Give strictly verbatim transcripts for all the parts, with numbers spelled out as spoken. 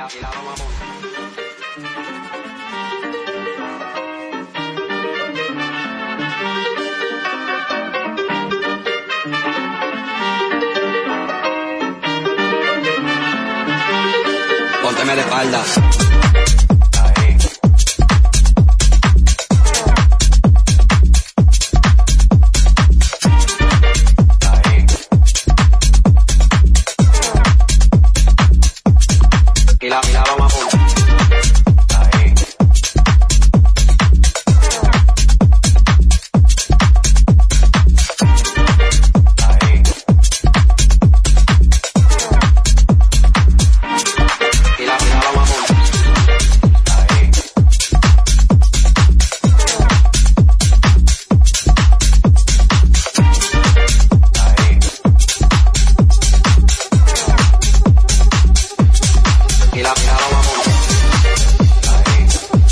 Pónteme de espaldas. Y la mira vamos a poner. Ahí. Ahí. Y la mira vamos a poner. Ahí. Ahí. Y la mira vamos a poner. Ahí.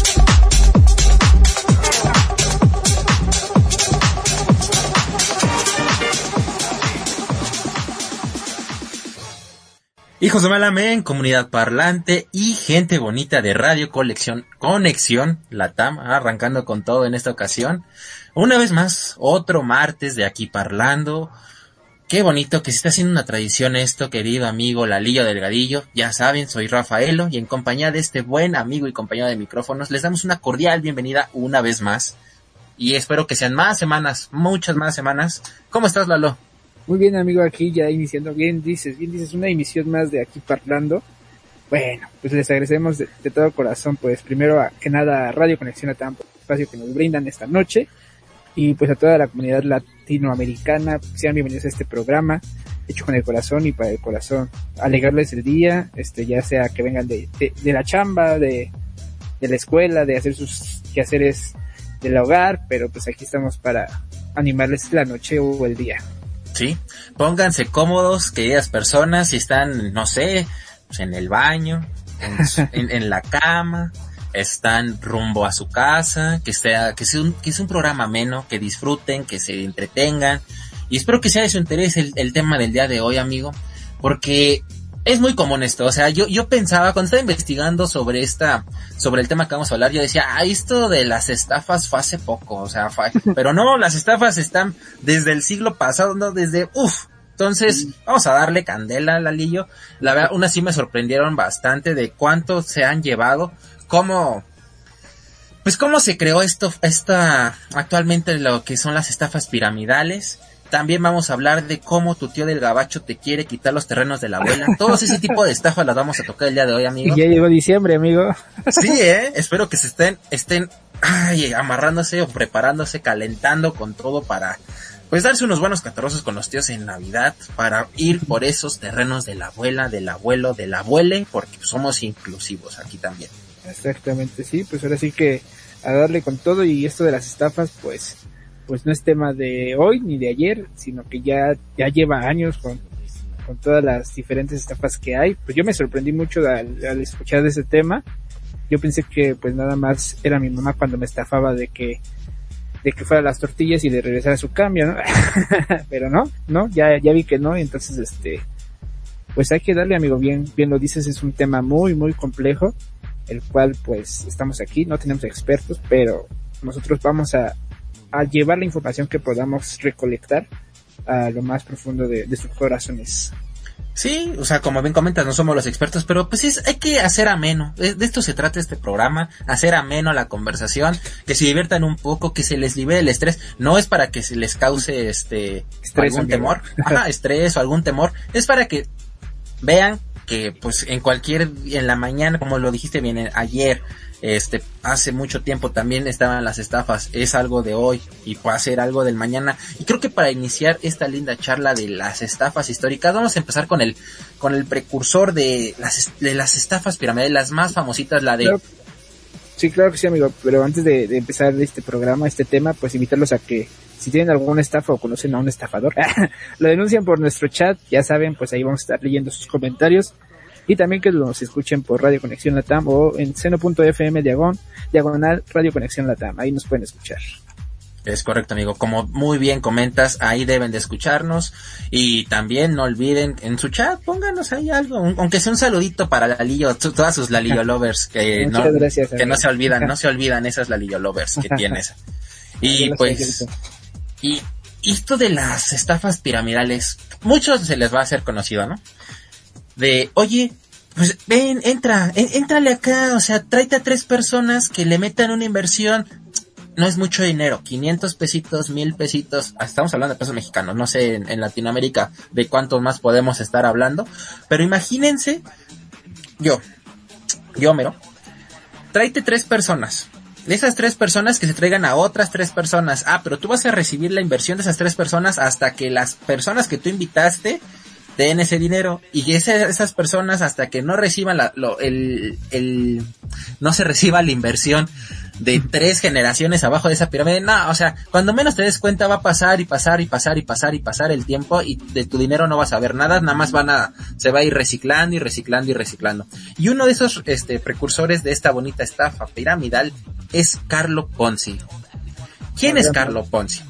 Hijos de Malamén, comunidad parlante y gente bonita de Radio Colección, Conexión Latam, arrancando con todo en esta ocasión. Una vez más, otro martes de aquí parlando. Qué bonito que se está haciendo una tradición esto, querido amigo Lalillo Delgadillo. Ya saben, soy Rafaelo y en compañía de este buen amigo y compañero de micrófonos les damos una cordial bienvenida una vez más. Y espero que sean más semanas, muchas más semanas. ¿Cómo estás, Lalo? Muy bien, amigo, aquí ya iniciando, bien dices, bien dices, una emisión más de Aquí Parlando. Bueno, pues les agradecemos de, de todo corazón, pues primero a, que nada a Radio Conexión Latam por el espacio que nos brindan esta noche, y pues a toda la comunidad latinoamericana, sean bienvenidos a este programa, hecho con el corazón y para el corazón, alegrarles el día, este ya sea que vengan de, de, de la chamba, de, de la escuela, de hacer sus quehaceres del hogar, pero pues aquí estamos para animarles la noche o el día. Sí, pónganse cómodos, queridas personas, si están, no sé, pues en el baño, en, su, en, en la cama, están rumbo a su casa, que sea, que sea un, que sea un programa ameno, que disfruten, que se entretengan, y espero que sea de su interés el, el tema del día de hoy, amigo, porque es muy común esto, o sea, yo, yo pensaba, cuando estaba investigando sobre esta, sobre el tema que vamos a hablar, yo decía, ah, esto de las estafas fue hace poco, o sea, fue, pero no, las estafas están desde el siglo pasado, no, desde, uff, entonces, vamos a darle candela, Lalillo. La verdad, unas sí me sorprendieron bastante de cuánto se han llevado, cómo, pues cómo se creó esto, esta, actualmente lo que son las estafas piramidales. También vamos a hablar de cómo tu tío del gabacho te quiere quitar los terrenos de la abuela. Todos ese tipo de estafas las vamos a tocar el día de hoy, amigo. Y ya llegó diciembre, amigo. Sí, eh. Espero que se estén, estén, ay, amarrándose o preparándose, calentando con todo para, pues, darse unos buenos catarrozos con los tíos en Navidad, para ir por esos terrenos de la abuela, del abuelo, del abuele, porque somos inclusivos aquí también. Exactamente, sí, pues ahora sí que a darle con todo, y esto de las estafas, pues, pues no es tema de hoy ni de ayer, sino que ya, ya lleva años con, con todas las diferentes estafas que hay. Pues yo me sorprendí mucho al, al escuchar de ese tema. Yo pensé que pues nada más era mi mamá cuando me estafaba de que, de que fuera las tortillas y de regresar a su cambio, ¿no? Pero no, no, ya, ya vi que no, y entonces este, pues hay que darle, amigo, bien, bien lo dices, es un tema muy, muy complejo, el cual pues estamos aquí, no tenemos expertos, pero nosotros vamos a, a llevar la información que podamos recolectar a lo más profundo de, de sus corazones. Sí, o sea, como bien comentas, no somos los expertos, pero pues es, hay que hacer ameno, de, de esto se trata este programa, hacer ameno la conversación, que se diviertan un poco, que se les libere el estrés, no es para que se les cause este estrés, algún amigo. temor, ajá, estrés o algún temor, es para que vean que pues en cualquier, en la mañana, como lo dijiste bien ayer, este, hace mucho tiempo también estaban las estafas, es algo de hoy y puede ser algo del mañana. Y creo que para iniciar esta linda charla de las estafas históricas, vamos a empezar con el, con el precursor de las, de las estafas piramidales, las más famositas, la de... Claro. Sí, claro que sí, amigo, pero antes de, de empezar este programa, este tema, pues invitarlos a que si tienen alguna estafa o conocen a un estafador, lo denuncian por nuestro chat, ya saben, pues ahí vamos a estar leyendo sus comentarios. Y también que nos escuchen por Radio Conexión Latam o en seno punto f m diagonal, diagonal Radio Conexión Latam. Ahí nos pueden escuchar. Es correcto, amigo. Como muy bien comentas, ahí deben de escucharnos. Y también no olviden en su chat, pónganos ahí algo, un, aunque sea un saludito para Lalillo, t- todas sus Lalillo lovers que no, gracias, que no se olvidan, no se olvidan esas Lalillo lovers que tienes. Y pues, y, y esto de las estafas piramidales, muchos se les va a hacer conocido, ¿no? De, oye, pues ven, entra, en, éntrale acá, o sea, tráete a tres personas que le metan una inversión. No es mucho dinero, quinientos pesitos, mil pesitos, estamos hablando de pesos mexicanos, no sé en, en Latinoamérica de cuántos más podemos estar hablando, pero imagínense, yo, yo mero, tráete tres personas, de esas tres personas que se traigan a otras tres personas, ah, pero tú vas a recibir la inversión de esas tres personas hasta que las personas que tú invitaste den ese dinero, y ese, esas personas hasta que no reciban la, lo, el, el, no se reciba la inversión de tres generaciones abajo de esa pirámide, no, o sea, cuando menos te des cuenta va a pasar y pasar y pasar y pasar y pasar el tiempo y de tu dinero no vas a ver nada, nada más van a, se va a ir reciclando y reciclando y reciclando. Y uno de esos, este, precursores de esta bonita estafa piramidal es Carlo Ponzi. ¿Quién es Carlo Ponzi?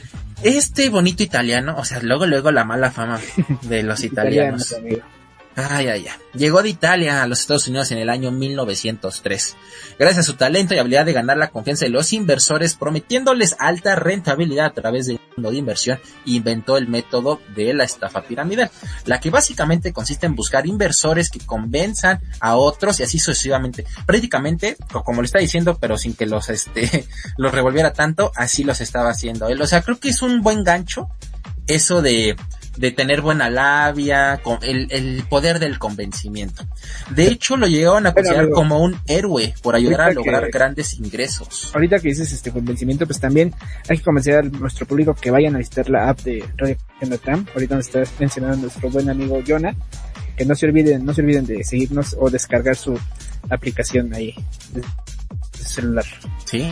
Este bonito italiano, o sea, luego, luego la mala fama de los italianos. Ay, ay, ay. Llegó de Italia a los Estados Unidos en el año mil novecientos tres. Gracias a su talento y habilidad de ganar la confianza de los inversores, prometiéndoles alta rentabilidad a través del fondo de inversión, inventó el método de la estafa piramidal, la que básicamente consiste en buscar inversores que convenzan a otros y así sucesivamente. Prácticamente, como le está diciendo, pero sin que los, este, los revolviera tanto, así los estaba haciendo él. O sea, creo que es un buen gancho eso de... de tener buena labia, con el, el poder del convencimiento. De hecho, lo llegaron a considerar bueno, como un héroe por ayudar a lograr que, grandes ingresos. Ahorita que dices este convencimiento, pues también hay que convencer a nuestro público que vayan a visitar la app de Radio Tram. Ahorita nos está mencionando nuestro buen amigo Jonah, que no se olviden, no se olviden de seguirnos o descargar su aplicación ahí de, de celular. Sí.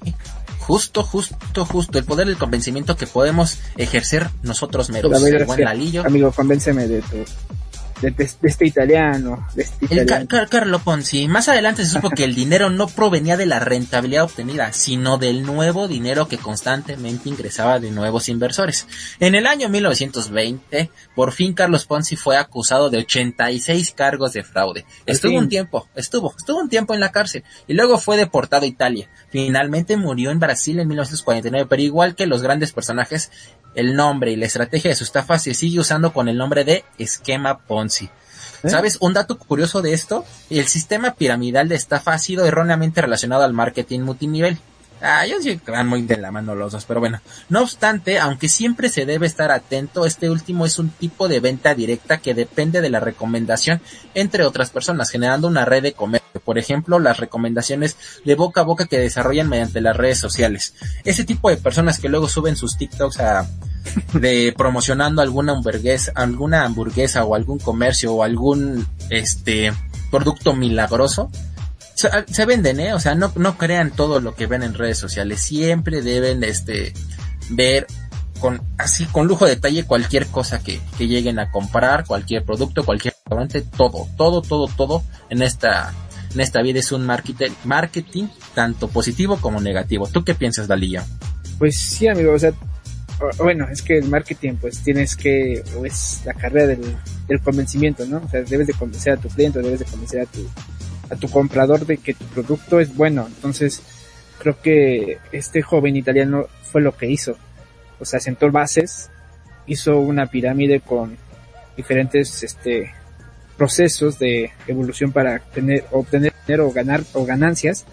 Justo, justo, justo, el poder del convencimiento que podemos ejercer nosotros meros. El buen Lalillo. Amigo, convénceme de tu, de, de, de este italiano, de este italiano. El Car- Car- Carlo Ponzi. Más adelante se supo que el dinero no provenía de la rentabilidad obtenida, sino del nuevo dinero que constantemente ingresaba de nuevos inversores. En el año mil novecientos veinte, por fin Carlos Ponzi fue acusado de ochenta y seis cargos de fraude. Estuvo un tiempo, estuvo, estuvo un tiempo en la cárcel y luego fue deportado a Italia. Finalmente murió en Brasil en mil novecientos cuarenta y nueve, pero igual que los grandes personajes, el nombre y la estrategia de su estafa se sigue usando con el nombre de esquema Ponzi. ¿Eh? ¿Sabes? Un dato curioso de esto, el sistema piramidal de estafa ha sido erróneamente relacionado al marketing multinivel. Ah, yo sí que van muy de la mano los dos, pero bueno. No obstante, aunque siempre se debe estar atento, este último es un tipo de venta directa que depende de la recomendación entre otras personas, generando una red de comercio. Por ejemplo, las recomendaciones de boca a boca que desarrollan mediante las redes sociales. Ese tipo de personas que luego suben sus TikToks a, de promocionando alguna hamburguesa, alguna hamburguesa o algún comercio o algún, este, producto milagroso. Se, se venden, ¿eh? O sea, no, no crean todo lo que ven en redes sociales. Siempre deben, este, ver con, así, con lujo de detalle cualquier cosa que, que lleguen a comprar, cualquier producto, cualquier restaurante, todo, todo, todo, todo en esta, en esta vida es un marketing, marketing tanto positivo como negativo. ¿Tú qué piensas, Lalillo? Pues sí, amigo, o sea, bueno, es que el marketing, pues tienes que, o es la carrera del, del convencimiento, ¿no? O sea, debes de convencer a tu cliente, debes de convencer a tu a tu comprador de que tu producto es bueno. Entonces creo que este joven italiano fue lo que hizo, o sea, sentó bases, hizo una pirámide con diferentes este procesos de evolución para tener, obtener dinero o ganar o ganancias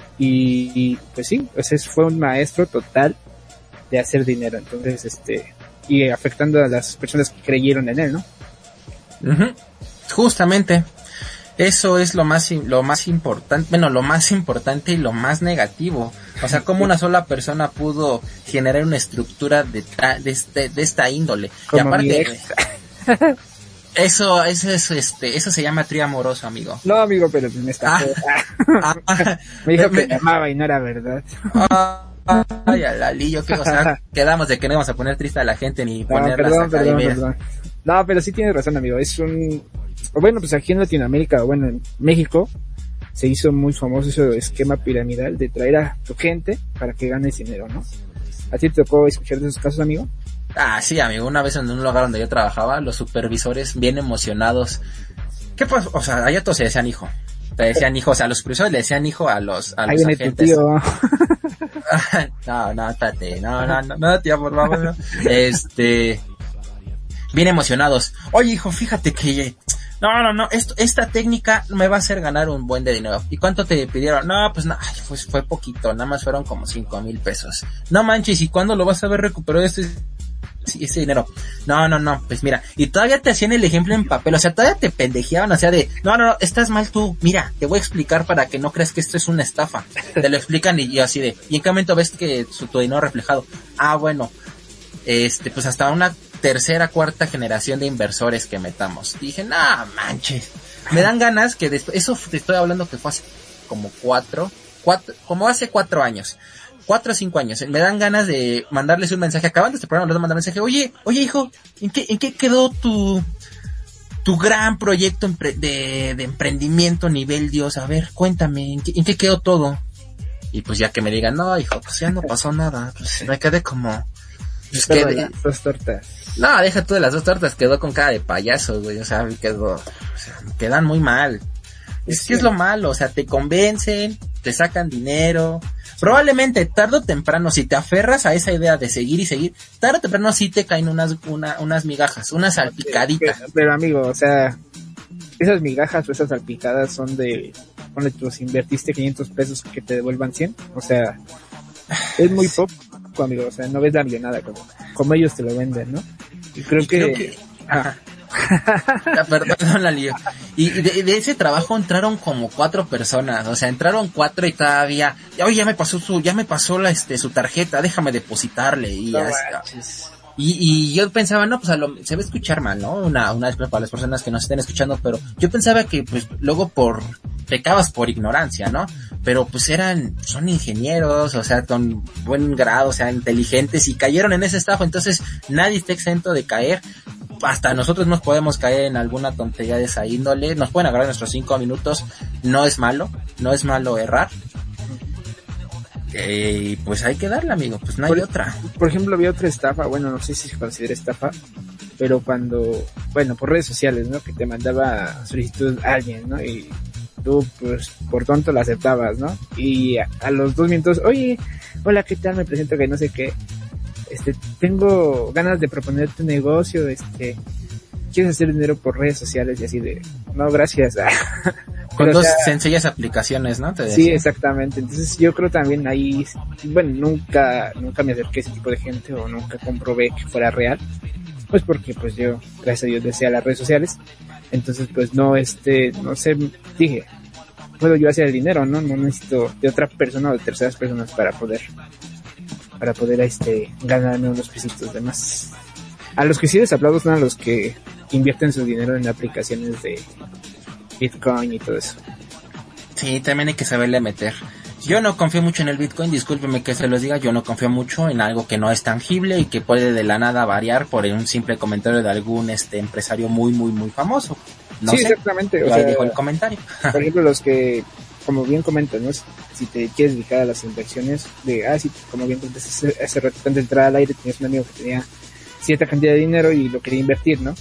y, y pues sí, pues fue un maestro total de hacer dinero. Entonces este y afectando a las personas que creyeron en él, ¿no? Uh-huh. Justamente eso es lo más lo más importante, bueno, lo más importante y lo más negativo. O sea, cómo una sola persona pudo generar una estructura de de este de esta índole. Como y aparte eso eso es este eso se llama trío amoroso, amigo. No, amigo, pero me está ah, ah, me dijo que me amaba y no era verdad. Ah, ay, Lalillo, que o sea, quedamos de que no íbamos a poner triste a la gente ni no, ponerlas perdón, acá perdón, y perdón. No, pero sí tienes razón, amigo. Es un bueno, pues aquí en Latinoamérica, bueno, en México se hizo muy famoso ese esquema piramidal de traer a tu gente para que ganes dinero, ¿no? ¿A ti te tocó escuchar de esos casos, amigo? Ah, sí, amigo, una vez en un lugar donde yo trabajaba, los supervisores bien emocionados. ¿Qué pasó? O sea, allá todos se decían hijo. Te decían hijo, o sea, los supervisores le decían hijo a los, a Ahí los viene tu agentes. tío. no, no, espérate, no, no, no, no, tío, por favor, no. Este, bien emocionados. Oye, hijo, fíjate que, no, no, no, esto, esta técnica me va a hacer ganar un buen de dinero. ¿Y cuánto te pidieron? No, pues, no, ay, pues fue poquito, nada más fueron como cinco mil pesos. No manches, ¿y cuándo lo vas a ver recuperado este, ese dinero? No, no, no, pues mira, y todavía te hacían el ejemplo en papel, o sea, todavía te pendejeaban, o sea, de, no, no, no, estás mal tú, mira, te voy a explicar para que no creas que esto es una estafa. Te lo explican y yo así de, ¿y en qué momento ves que su, tu dinero reflejado? Ah, bueno, este, pues hasta una tercera, cuarta generación de inversores que metamos. Y dije, no manches, me dan ganas que después, eso te estoy hablando que fue hace como cuatro, cuatro, como hace cuatro años. Cuatro o cinco años, me dan ganas de mandarles un mensaje, acabando este programa les voy a mandar un mensaje, oye, oye hijo, ¿en qué, en qué quedó tu, tu gran proyecto empre- de, de emprendimiento nivel Dios? A ver, cuéntame, ¿en qué, en qué quedó todo? Y pues ya que me digan, no hijo, pues ya no pasó nada, pues me quedé como, pues Pero quedé, las dos tortas. no, deja tú de las dos tortas, quedó con cara de payaso, güey, o sea, quedó, o sea, quedan muy mal. Es que es lo malo, o sea, te convencen, te sacan dinero. Probablemente tarde o temprano, si te aferras a esa idea de seguir y seguir, tarde o temprano sí te caen unas, una, unas migajas, una salpicadita. Pero, pero amigo, o sea, esas migajas o esas salpicadas son de, ponle tú, si invertiste quinientos pesos que te devuelvan cien, o sea, es muy poco, amigo, o sea, no ves la millonada como, como ellos te lo venden, ¿no? Y creo Y que... creo que ajá. Ya, perdón, perdón, la lío. Y de, de ese trabajo entraron como cuatro personas, o sea, entraron cuatro y todavía, oye, ya me pasó su, ya me pasó la, este, su tarjeta, déjame depositarle y No ya manches. Y, y yo pensaba, no, pues a lo, se va a escuchar mal, ¿no? Una, una disculpa para las personas que nos estén escuchando, pero yo pensaba que, pues, luego por, pecabas por ignorancia, ¿no? Pero pues eran, son ingenieros, o sea, con buen grado, o sea, inteligentes y cayeron en esa estafa, entonces nadie está exento de caer. Hasta nosotros nos podemos caer en alguna tontería de esa índole, nos pueden agarrar nuestros cinco minutos, no es malo, no es malo errar. Eh, y pues hay que darle, amigo, pues no hay por, otra. Por ejemplo, había otra estafa, bueno, no sé si se considera estafa, pero cuando, bueno, por redes sociales, ¿no? Que te mandaba solicitud a alguien, ¿no? Y tú, pues, por tonto la aceptabas, ¿no? Y a, a los dos minutos, oye, hola, ¿qué tal? Me presento que no sé qué. Este, tengo ganas de proponerte un negocio, este, ¿quieres hacer dinero por redes sociales? Y así de, no, gracias. Con Pero, dos o sea, sencillas aplicaciones, ¿no? Te sí, decía. exactamente. Entonces yo creo también ahí, bueno, nunca, nunca me acerqué a ese tipo de gente o nunca comprobé que fuera real. Pues porque pues yo, gracias a Dios, deseo las redes sociales. Entonces pues no, este, no sé, dije, puedo yo hacer el dinero, ¿no? No necesito de otra persona o de terceras personas para poder, para poder, este, ganarme unos pesitos de más. A los que sí les aplaudo son a los que invierten su dinero en aplicaciones de Bitcoin y todo eso. Sí, también hay que saberle meter. Yo no confío mucho en el Bitcoin, discúlpeme que se los diga, yo no confío mucho en algo que no es tangible y que puede de la nada variar por un simple comentario de algún este empresario muy, muy, muy famoso. No Sí, sé, exactamente. yo O ahí sea, dejo el comentario. por ejemplo, los que, como bien comentas, ¿no? Si te quieres dedicar a las inversiones, de, ah, sí, como bien comentas, hace, hace rato antes de entrar al aire tenías un amigo que tenía cierta cantidad de dinero y lo quería invertir, ¿no?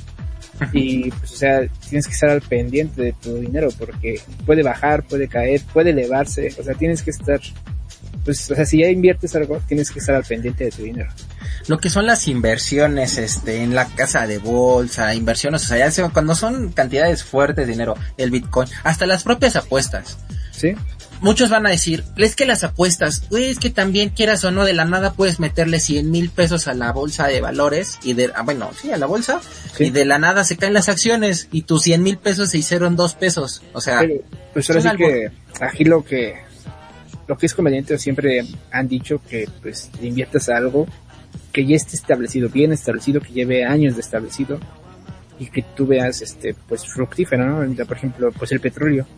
Y pues, o sea, tienes que estar al pendiente de tu dinero porque puede bajar, puede caer, puede elevarse, o sea, tienes que estar, pues, o sea, si ya inviertes algo, tienes que estar al pendiente de tu dinero. Lo que son las inversiones, este, en la casa de bolsa, inversiones, o sea, ya sea, cuando son cantidades fuertes de dinero, el Bitcoin, hasta las propias apuestas. ¿Sí? Muchos van a decir, es que las apuestas, güey, es que también quieras o no, de la nada puedes meterle cien mil pesos a la bolsa de valores y de, ah, bueno, sí, a la bolsa, Sí. y de la nada se caen las acciones y tus cien mil pesos se hicieron dos pesos, o sea, Pero, pues ahora sí son que aquí lo que, lo que es conveniente, siempre han dicho que pues inviertas a algo que ya esté establecido, bien establecido, que lleve años de establecido y que tú veas, este, pues fructífero, ¿no? Por ejemplo, pues el petróleo.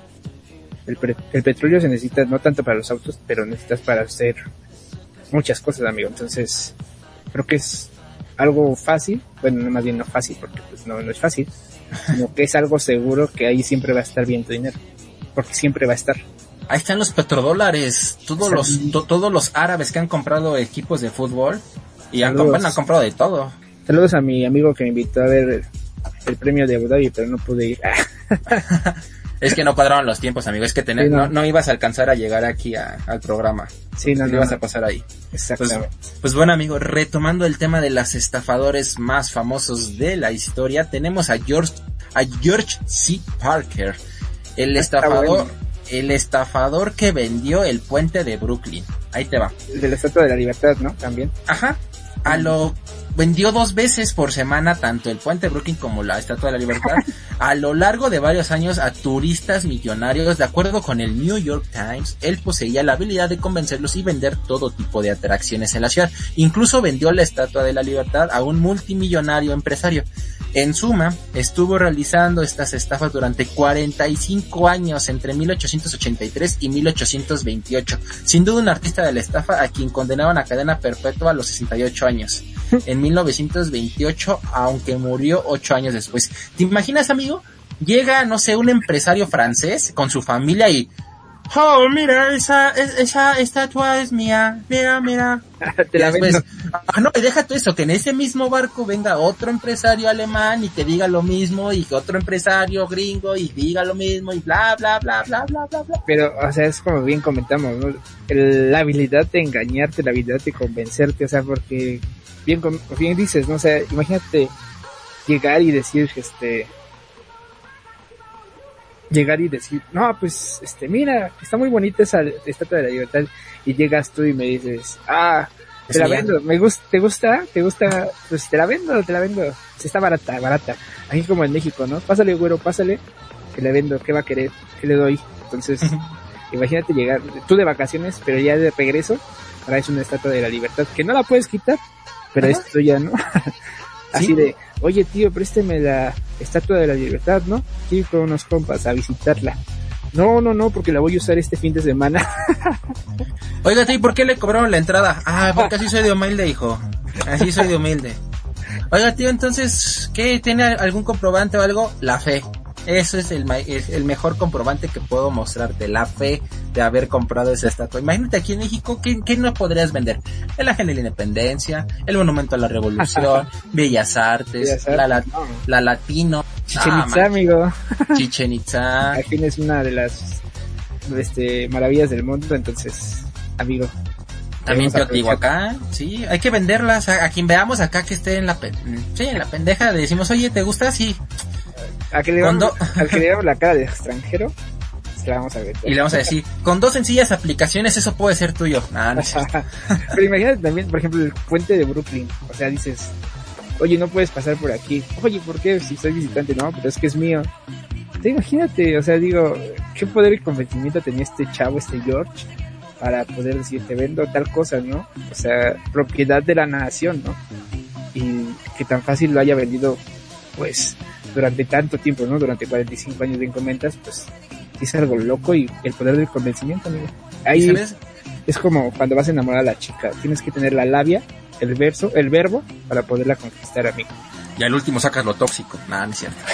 El, pre- el petróleo se necesita no tanto para los autos, pero necesitas para hacer muchas cosas, amigo. Entonces, creo que es algo fácil, bueno, no, más bien no fácil, porque pues no, no es fácil, sino que es algo seguro que ahí siempre va a estar bien tu dinero, porque siempre va a estar. Ahí están los petrodólares, todos los to, todos los árabes que han comprado equipos de fútbol y han, bueno, han comprado de todo. Saludos a mi amigo que me invitó a ver el, el premio de Abu Dhabi, pero no pude ir. Es que no cuadraron los tiempos, amigo, es que tener, sí, no. no, no ibas a alcanzar a llegar aquí a, al programa. Sí, no, no. ibas a pasar ahí. Exactamente. Pues, pues bueno, amigo, retomando el tema de los estafadores más famosos de la historia, tenemos a George, a George C. Parker, el estafador, bueno. el estafador que vendió el puente de Brooklyn. Ahí te va. El de la Estatua de la Libertad, ¿no? También. Ajá. A lo vendió dos veces por semana tanto el puente de Brooklyn como la Estatua de la Libertad a lo largo de varios años a turistas millonarios. De acuerdo con el New York Times, él poseía la habilidad de convencerlos y vender todo tipo de atracciones en la ciudad. Incluso vendió la Estatua de la Libertad a un multimillonario empresario. En suma, estuvo realizando estas estafas durante cuarenta y cinco años, entre mil ochocientos ochenta y tres y mil ochocientos veintiocho. Sin duda un artista de la estafa a quien condenaban a cadena perpetua a los sesenta y ocho años. En mil novecientos veintiocho, aunque murió ocho años después. ¿Te imaginas, amigo? Llega, no sé, un empresario francés con su familia y... Oh, mira, esa, esa estatua es mía, mira, mira. Te la después, vendo. Ah, no, y deja tú eso, que en ese mismo barco venga otro empresario alemán y te diga lo mismo, y que otro empresario gringo y diga lo mismo, y bla, bla, bla, bla, bla, bla, bla. Pero, o sea, es como bien comentamos, ¿no? El, la habilidad de engañarte, la habilidad de convencerte, o sea, porque bien, bien dices, ¿no? O sea, imagínate llegar y decir, este... llegar y decir, no, pues, este, mira, está muy bonita esa Estatua de la Libertad, y llegas tú y me dices, ah, te la vendo, me gusta, ¿te gusta? ¿Te gusta? Pues te la vendo, te la vendo, pues está barata, barata, aquí como en México, ¿no? Pásale, güero, pásale, que le vendo, ¿qué va a querer? ¿Qué le doy? Entonces, imagínate llegar, tú de vacaciones, pero ya de regreso, traes una Estatua de la Libertad, que no la puedes quitar, pero es tuya, ¿no? Así ¿sí? De, oye tío, présteme la Estatua de la Libertad, ¿no? Quiero ir con unos compas a visitarla. No, no, no, porque la voy a usar este fin de semana. Oiga, tío, ¿por qué le cobraron la entrada? Ah, porque así soy de humilde, hijo. Así soy de humilde. Oiga, tío, entonces, ¿qué? ¿Tiene algún comprobante o algo? La fe. Eso es el, es el mejor comprobante que puedo mostrarte, la fe de haber comprado esa estatua. Imagínate aquí en México, ¿qué, qué no podrías vender? El Ángel de la Independencia, el Monumento a la Revolución, Bellas Artes, Bellas Artes la, la, no. la Latino, Chichen Itza, ah, amigo. Chichen Itza. Aquí es una de las este, maravillas del mundo, entonces, amigo. También Teotihuacán, sí, hay que venderlas a, a quien veamos acá que esté en la, pe- sí, en la pendeja, le decimos, oye, ¿te gusta? Sí. ¿A que le damos, al que le damos la cara de extranjero? Se la vamos a ver. Y le vamos a decir, con dos sencillas aplicaciones eso puede ser tuyo. Ah, no es cierto. Pero imagínate también, por ejemplo, el puente de Brooklyn. O sea, dices, oye, no puedes pasar por aquí. Oye, ¿por qué? Si soy visitante, no, pero es que es mío. Te imagínate, o sea, digo, ¿qué poder y convencimiento tenía este chavo, este George, para poder decir, te vendo tal cosa, ¿no? O sea, propiedad de la nación, ¿no? Y que tan fácil lo haya vendido, pues... durante tanto tiempo, ¿no? Durante cuarenta y cinco años de encomendas, pues es algo loco y el poder del convencimiento, amigo. Ahí ¿sabes? Es como cuando vas a enamorar a la chica, tienes que tener la labia, el verso, el verbo para poderla conquistar, amigo. Y al último sacas lo tóxico. Nada, no es cierto.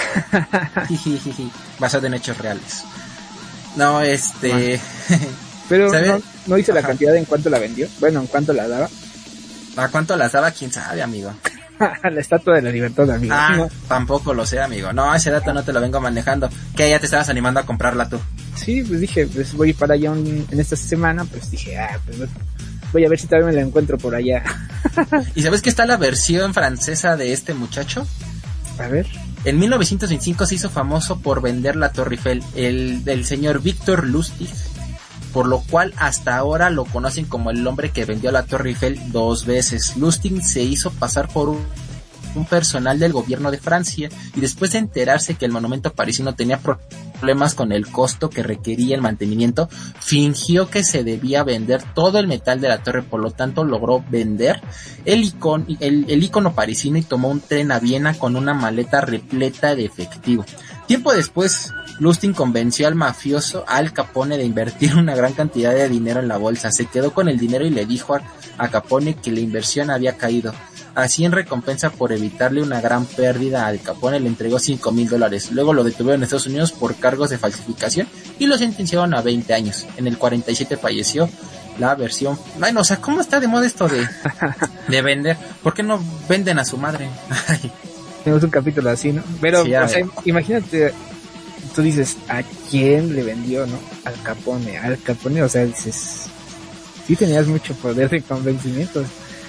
Basado en hechos reales. No, este... Pero no, no dice Ajá. la cantidad en cuánto la vendió. Bueno, en cuánto la daba. ¿A cuánto las daba? ¿Quién sabe, amigo? La Estatua de la Libertad, amigo. Ah, no. Tampoco lo sé, amigo. No, ese dato no te lo vengo manejando. Que ya te estabas animando a comprarla tú. Sí, pues dije, pues voy para allá un, en esta semana, pues dije, ah, pues voy a ver si todavía me la encuentro por allá. ¿Y sabes que está la versión francesa de este muchacho? A ver. En mil novecientos veinticinco se hizo famoso por vender la Torre Eiffel, el del señor Victor Lustig, por lo cual hasta ahora lo conocen como el hombre que vendió la Torre Eiffel dos veces. Lustig se hizo pasar por un, un personal del gobierno de Francia y después de enterarse que el monumento parisino tenía problemas con el costo que requería el mantenimiento, fingió que se debía vender todo el metal de la torre, por lo tanto logró vender el icono, el, el icono parisino y tomó un tren a Viena con una maleta repleta de efectivo. Tiempo después, Lustig convenció al mafioso Al Capone de invertir una gran cantidad de dinero en la bolsa. Se quedó con el dinero y le dijo a, a Capone que la inversión había caído. Así, en recompensa por evitarle una gran pérdida, Al Capone le entregó cinco mil dólares. Luego lo detuvieron en Estados Unidos por cargos de falsificación y lo sentenciaron a veinte años. En el cuarenta y siete falleció la versión... Bueno, o sea, ¿cómo está de moda esto de, de vender? ¿Por qué no venden a su madre? Tenemos un capítulo así, ¿no? Pero, Sí, o a sea, ver. imagínate, tú dices, ¿a quién le vendió, no? Al Capone, al Capone, o sea, dices, sí tenías mucho poder de convencimiento.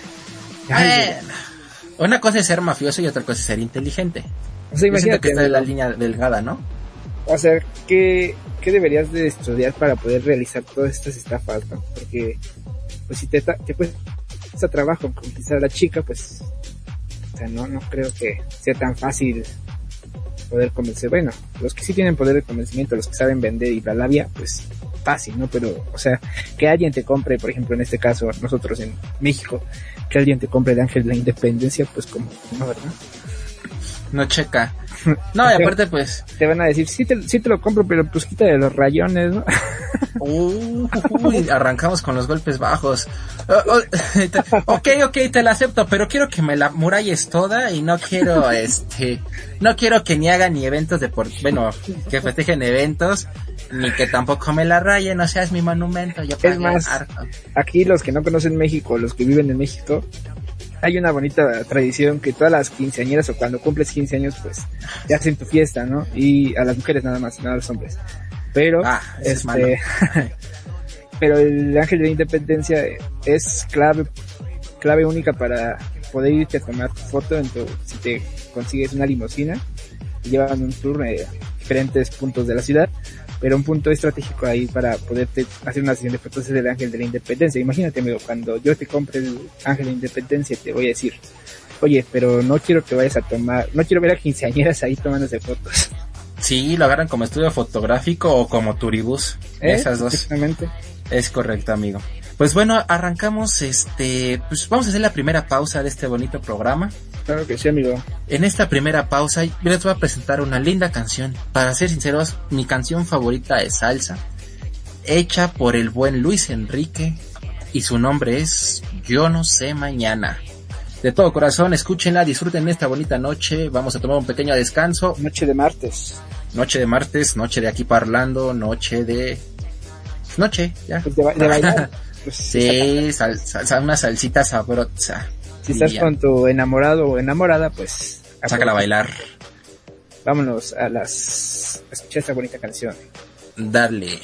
Ay, Bueno, una cosa es ser mafioso y otra cosa es ser inteligente. o sea, Yo siento que imagínate, está en la amigo, línea delgada, ¿no? o sea, ¿qué, ¿qué deberías de estudiar para poder realizar todas estas estafas, no? Porque, pues si te, ta- te cuesta trabajo conquistar a la chica, pues, o sea, no, no creo que sea tan fácil poder convencer. Bueno, los que sí tienen poder de convencimiento, los que saben vender y la labia, pues fácil, ¿no? Pero, o sea, que alguien te compre, por ejemplo, en este caso, nosotros en México, que alguien te compre el Ángel de la Independencia, pues como, no, ¿verdad? No checa. No, y aparte pues... Te van a decir, sí te, sí te lo compro, pero pues quítale los rayones, ¿no? Uh, uy, arrancamos con los golpes bajos. Uh, uh, te, ok, ok, te la acepto, pero quiero que me la muralles toda y no quiero, este, no quiero que ni hagan ni eventos de por, bueno, que festejen eventos, ni que tampoco me la rayen, o sea, es mi monumento. Yo Es más, harto. aquí los que no conocen México, los que viven en México, hay una bonita tradición que todas las quinceañeras o cuando cumples quince años, pues, te hacen tu fiesta, ¿no? Y a las mujeres nada más, no a los hombres. Pero, Ah, eso es malo. este, pero el Ángel de la Independencia es clave, clave única para poder irte a tomar tu foto en tu, si te consigues una limusina, te llevan un tour a diferentes puntos de la ciudad, pero un punto estratégico ahí para poderte hacer una sesión de fotos es el Ángel de la Independencia. Imagínate, amigo, cuando yo te compre el Ángel de la Independencia, te voy a decir, oye, pero no quiero que vayas a tomar, no quiero ver a quinceañeras ahí tomándose fotos. Sí, lo agarran como estudio fotográfico o como turibús. ¿Eh? Esas dos. Exactamente. Es correcto, amigo. Pues bueno, arrancamos, este, pues vamos a hacer la primera pausa de este bonito programa. Claro que sí, amigo. En esta primera pausa, yo les voy a presentar una linda canción. Para ser sinceros, mi canción favorita es Salsa, hecha por el buen Luis Enrique, y su nombre es Yo No Sé Mañana. De todo corazón, escúchenla, disfruten esta bonita noche. Vamos a tomar un pequeño descanso. Noche de martes. Noche de martes, noche de aquí parlando, noche de... Noche, ya. Pues de, ba- de bailar. Pues, Sí, sal, sal, una salsita sabrosa. si estás dirían. con tu enamorado o enamorada, pues... Sácala a bailar. Vámonos a las... a escuchar esta bonita canción. Darle.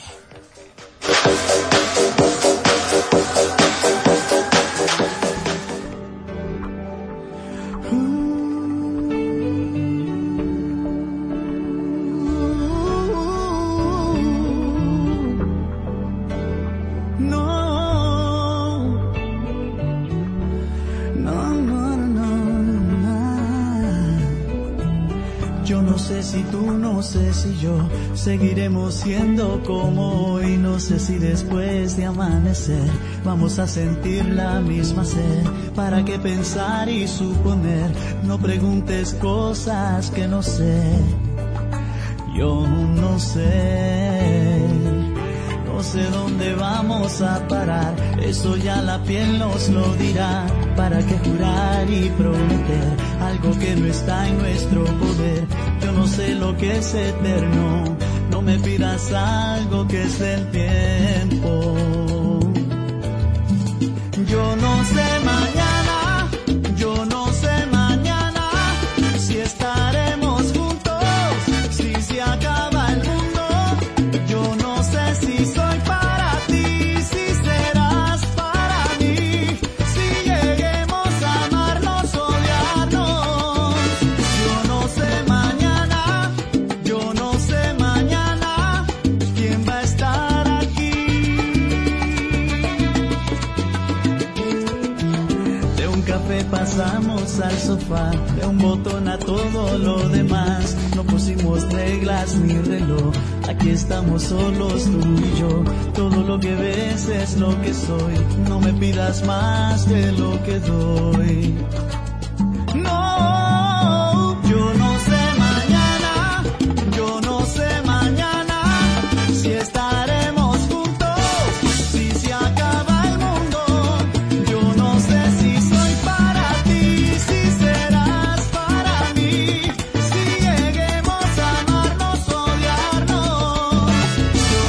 Si tú, no sé si yo seguiremos siendo como hoy. No sé si después de amanecer vamos a sentir la misma sed. ¿Para qué pensar y suponer? No preguntes cosas que no sé. Yo no sé. No sé dónde vamos a parar. Eso ya la piel nos lo dirá. ¿Para qué jurar y prometer algo que no está en nuestro poder? Yo no sé lo que es eterno. No me pidas algo que es del tiempo. Yo no sé mañana. Yo no sé mañana si estaremos juntos, si se acaba el mundo. Yo no sé si soy para ti, si serás para mí, si lleguemos a amarnos, odiarnos. Yo no sé mañana, yo no sé mañana quién va a estar aquí. De un café pasamos al sofá, de un botón a todo lo demás. No pusimos reglas ni reloj, aquí estamos solos tú y yo. Todo lo que ves es lo que soy, no me pidas más de lo que doy. No, yo no sé mañana, yo no sé mañana si estaremos juntos, si se acaba el mundo. Yo no sé si soy para ti, si serás para mí, si lleguemos a amarnos, odiarnos. Yo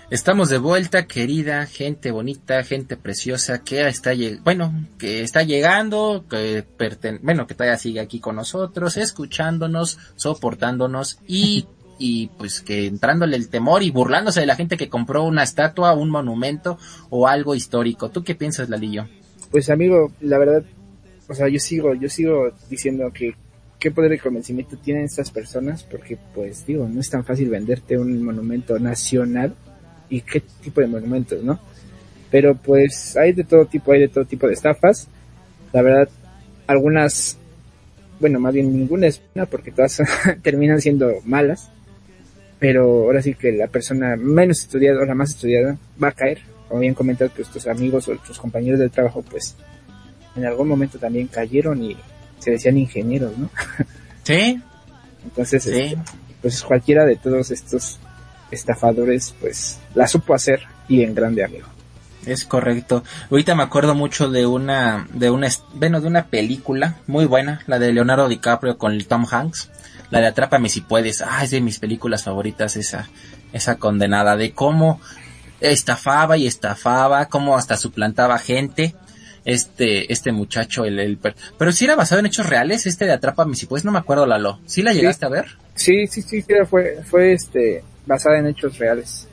Estamos de vuelta, querida gente bonita, gente preciosa que está lleg- bueno, que está llegando, que perten- bueno, que todavía sigue aquí con nosotros, escuchándonos, soportándonos y y pues que entrándole el temor y burlándose de la gente que compró una estatua, un monumento o algo histórico. ¿Tú qué piensas, Lalillo? Pues amigo, la verdad, o sea, yo sigo, yo sigo diciendo que qué poder de convencimiento tienen estas personas, porque pues digo, no es tan fácil venderte un monumento nacional y qué tipo de monumentos, ¿no? Pero pues hay de todo tipo, hay de todo tipo de estafas. La verdad, algunas, bueno, más bien ninguna es buena porque todas terminan siendo malas. Pero ahora sí que la persona menos estudiada o la más estudiada va a caer. Como bien comentas, pues tus amigos o tus compañeros del trabajo, pues en algún momento también cayeron y se decían ingenieros, ¿no? Sí. Entonces, Sí. Este, pues cualquiera de todos estos estafadores pues la supo hacer y en grande, amigo. Es correcto. Ahorita me acuerdo mucho de una de una bueno, de una película muy buena, la de Leonardo DiCaprio con el Tom Hanks, la de Atrápame si puedes. Ah, es de mis películas favoritas esa esa condenada, de cómo estafaba y estafaba, cómo hasta suplantaba gente. Este este muchacho el, el pero sí era basado en hechos reales, este de Atrápame si puedes, no me acuerdo, Lalo. ¿Sí la llegaste sí. a ver? Sí, sí, sí, sí, fue fue este basada en hechos reales.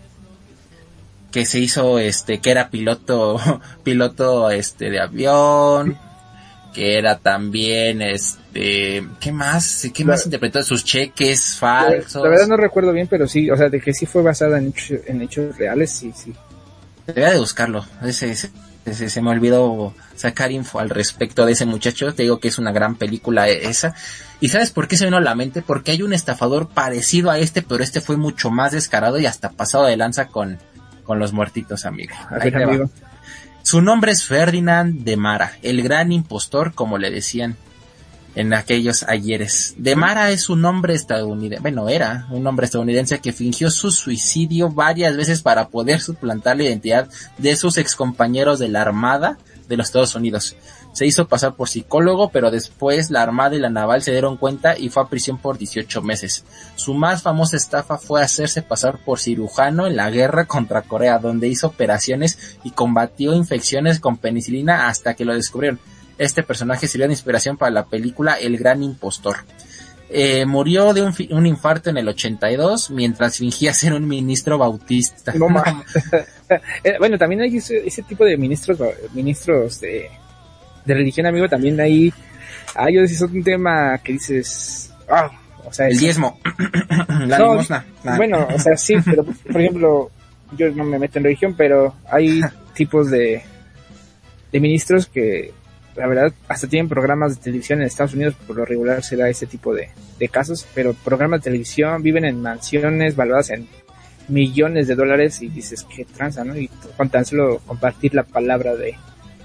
Que se hizo, este, que era piloto, piloto, este, de avión, que era también, este, ¿qué más? ¿Qué más la, interpretó? Sus cheques falsos. La, la verdad no recuerdo bien, pero sí, o sea, de que sí fue basada en, hecho, en hechos reales, sí, sí. Debería de buscarlo, ese, ese, ese, se me olvidó sacar info al respecto de ese muchacho. Te digo que es una gran película esa. ¿Y sabes por qué se vino a la mente? Porque hay un estafador parecido a este, pero este fue mucho más descarado y hasta pasado de lanza con, con los muertitos, amigo. A ver, amigo. Su nombre es Ferdinand de Mara, el gran impostor, como le decían en aquellos ayeres. De Mara es un hombre estadounidense, bueno, era un hombre estadounidense que fingió su suicidio varias veces para poder suplantar la identidad de sus excompañeros de la Armada de los Estados Unidos. Se hizo pasar por psicólogo, pero después la Armada y la Naval se dieron cuenta y fue a prisión por dieciocho meses. Su más famosa estafa fue hacerse pasar por cirujano en la guerra contra Corea, donde hizo operaciones y combatió infecciones con penicilina hasta que lo descubrieron. Este personaje sirvió de inspiración para la película El Gran Impostor. Eh, murió de un, fi- un infarto en el ochenta y dos mientras fingía ser un ministro bautista. No, bueno, también hay ese, ese tipo de ministros, ministros de... de religión, amigo, también hay, hay es un tema que dices, ah, o sea, el es, diezmo, la no, limosna. Ah. Bueno, o sea, sí, pero por ejemplo, yo no me meto en religión, pero hay tipos de, de ministros que, la verdad, hasta tienen programas de televisión en Estados Unidos, por lo regular se da ese tipo de, de casos, pero programas de televisión, viven en mansiones valuadas en millones de dólares y dices, qué tranza, ¿no? Y con tan solo compartir la palabra de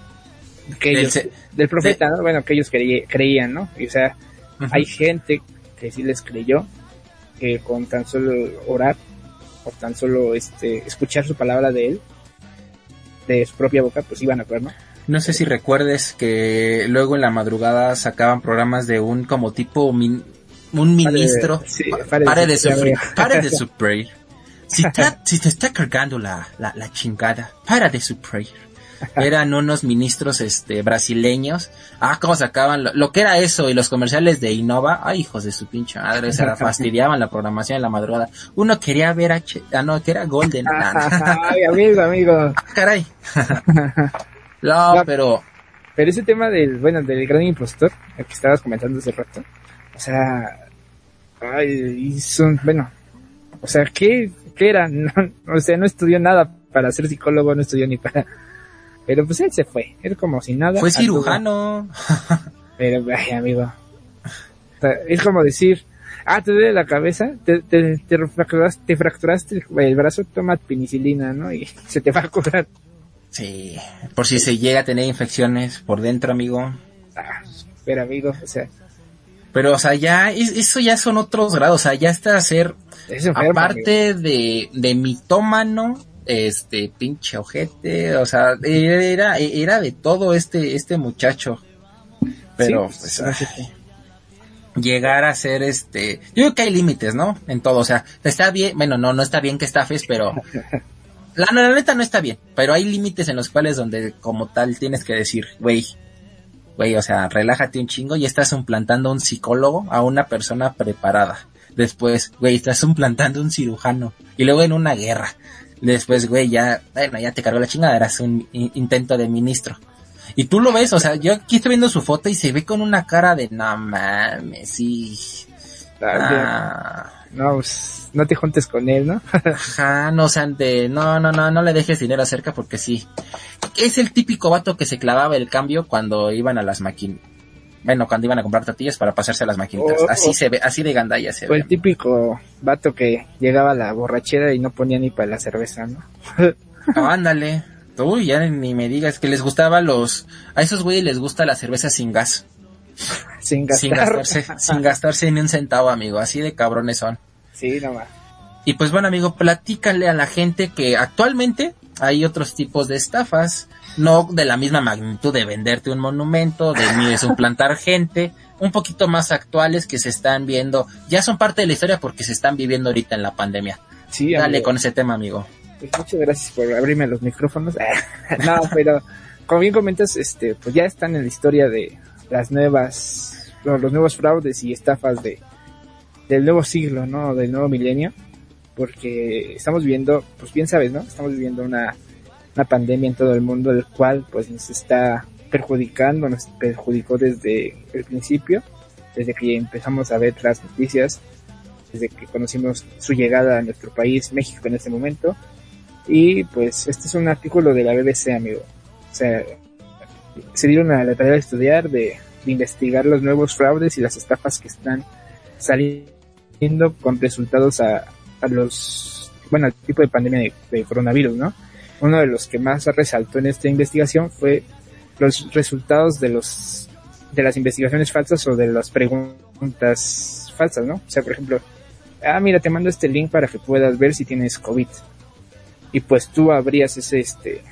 que ellos, del, del profeta, de, ¿no? Bueno, que ellos creí, creían, ¿no? Y, o sea, uh-huh. Hay gente que sí les creyó, que con tan solo orar, o tan solo este escuchar su palabra de él, de su propia boca, pues iban a creer, ¿no? No sé si recuerdes que luego en la madrugada sacaban programas de un como tipo min, un ministro, pare, sí, pare, pare de, de sufrir, pare de sufrir. Si te, si te está cargando la, la, la chingada, para de sufrir. Eran unos ministros este brasileños. Ah, cómo sacaban lo, lo que era eso y los comerciales de Innova. Ay, hijos de su pinche madre, se la fastidiaban la programación en la madrugada. Uno quería ver H, ah no, que era Golden. Ay, amigo, amigo. Ah, caray. No, no, pero pero ese tema del, bueno, del gran impostor, el que estabas comentando hace rato. O sea, ay, son, bueno, o sea, ¿qué, qué era? No, o sea, no estudió nada para ser psicólogo, no estudió ni para... Pero pues él se fue, él como si nada. Fue cirujano. Pero, ay, amigo. O sea, es como decir, ah, te duele la cabeza, te, te, te, fracturaste, te fracturaste el brazo, toma penicilina, ¿no? Y se te va a curar. Sí, por si se llega a tener infecciones por dentro, amigo. Ah, pero amigo, o sea. Pero, o sea, ya, eso ya son otros grados, o sea, ya está a ser, enfermo, aparte amigo. de, de mitómano, este, pinche ojete, o sea, era, era de todo este, este muchacho. Pero, sí, pues, ay, llegar a ser este, yo creo que hay límites, ¿no? En todo, o sea, está bien, bueno, no, no está bien que estafes, pero, La, la neta no está bien, pero hay límites en los cuales donde como tal tienes que decir, güey, güey, o sea, relájate un chingo y estás implantando un psicólogo a una persona preparada. Después, güey, estás implantando un cirujano y luego en una guerra. Después, güey, ya, bueno, ya te cargó la chingada, eras un in- intento de ministro. Y tú lo ves, o sea, yo aquí estoy viendo su foto y se ve con una cara de, no mames, sí. Ah, no, pues, no te juntes con él, ¿no? Ajá, no, o sea, de, no, no, no, no le dejes dinero cerca porque sí. Es el típico vato que se clavaba el cambio cuando iban a las máquinas. Bueno, cuando iban a comprar tortillas para pasarse a las maquinitas. Oh, así oh. se ve, así de gandalla se Fue ve. el típico vato que llegaba a la borrachera y no ponía ni para la cerveza, ¿no? Oh, ándale. Uy, ya ni me digas que les gustaba los... A esos güeyes les gusta la cerveza sin gas. Sin gastar. Sin gastarse, sin gastarse ni un centavo, amigo. Así de cabrones son. Sí, nomás. Y pues bueno, amigo, platícale a la gente que actualmente hay otros tipos de estafas, no de la misma magnitud de venderte un monumento, de ni de suplantar gente, un poquito más actuales que se están viendo, ya son parte de la historia porque se están viviendo ahorita en la pandemia. Sí, Dale amigo. con ese tema, amigo. Pues muchas gracias por abrirme los micrófonos. No, pero como bien comentas, este, pues ya están en la historia de las nuevas, los, los nuevos fraudes y estafas de del nuevo siglo, ¿no? Del nuevo milenio, porque estamos viviendo, pues bien sabes, ¿no? Estamos viviendo una, una pandemia en todo el mundo, el cual pues nos está perjudicando, nos perjudicó desde el principio, desde que empezamos a ver las noticias, desde que conocimos su llegada a nuestro país, México en este momento. Y pues este es un artículo de la B B C, amigo. O sea, se dieron a la tarea de estudiar, de, de investigar los nuevos fraudes y las estafas que están saliendo con resultados a, a los, bueno, al tipo de pandemia de, de coronavirus, ¿no? Uno de los que más resaltó en esta investigación fue los resultados de los, de las investigaciones falsas o de las preguntas falsas, ¿no? O sea, por ejemplo, ah, mira, te mando este link para que puedas ver si tienes COVID. Y pues tú abrías ese, este,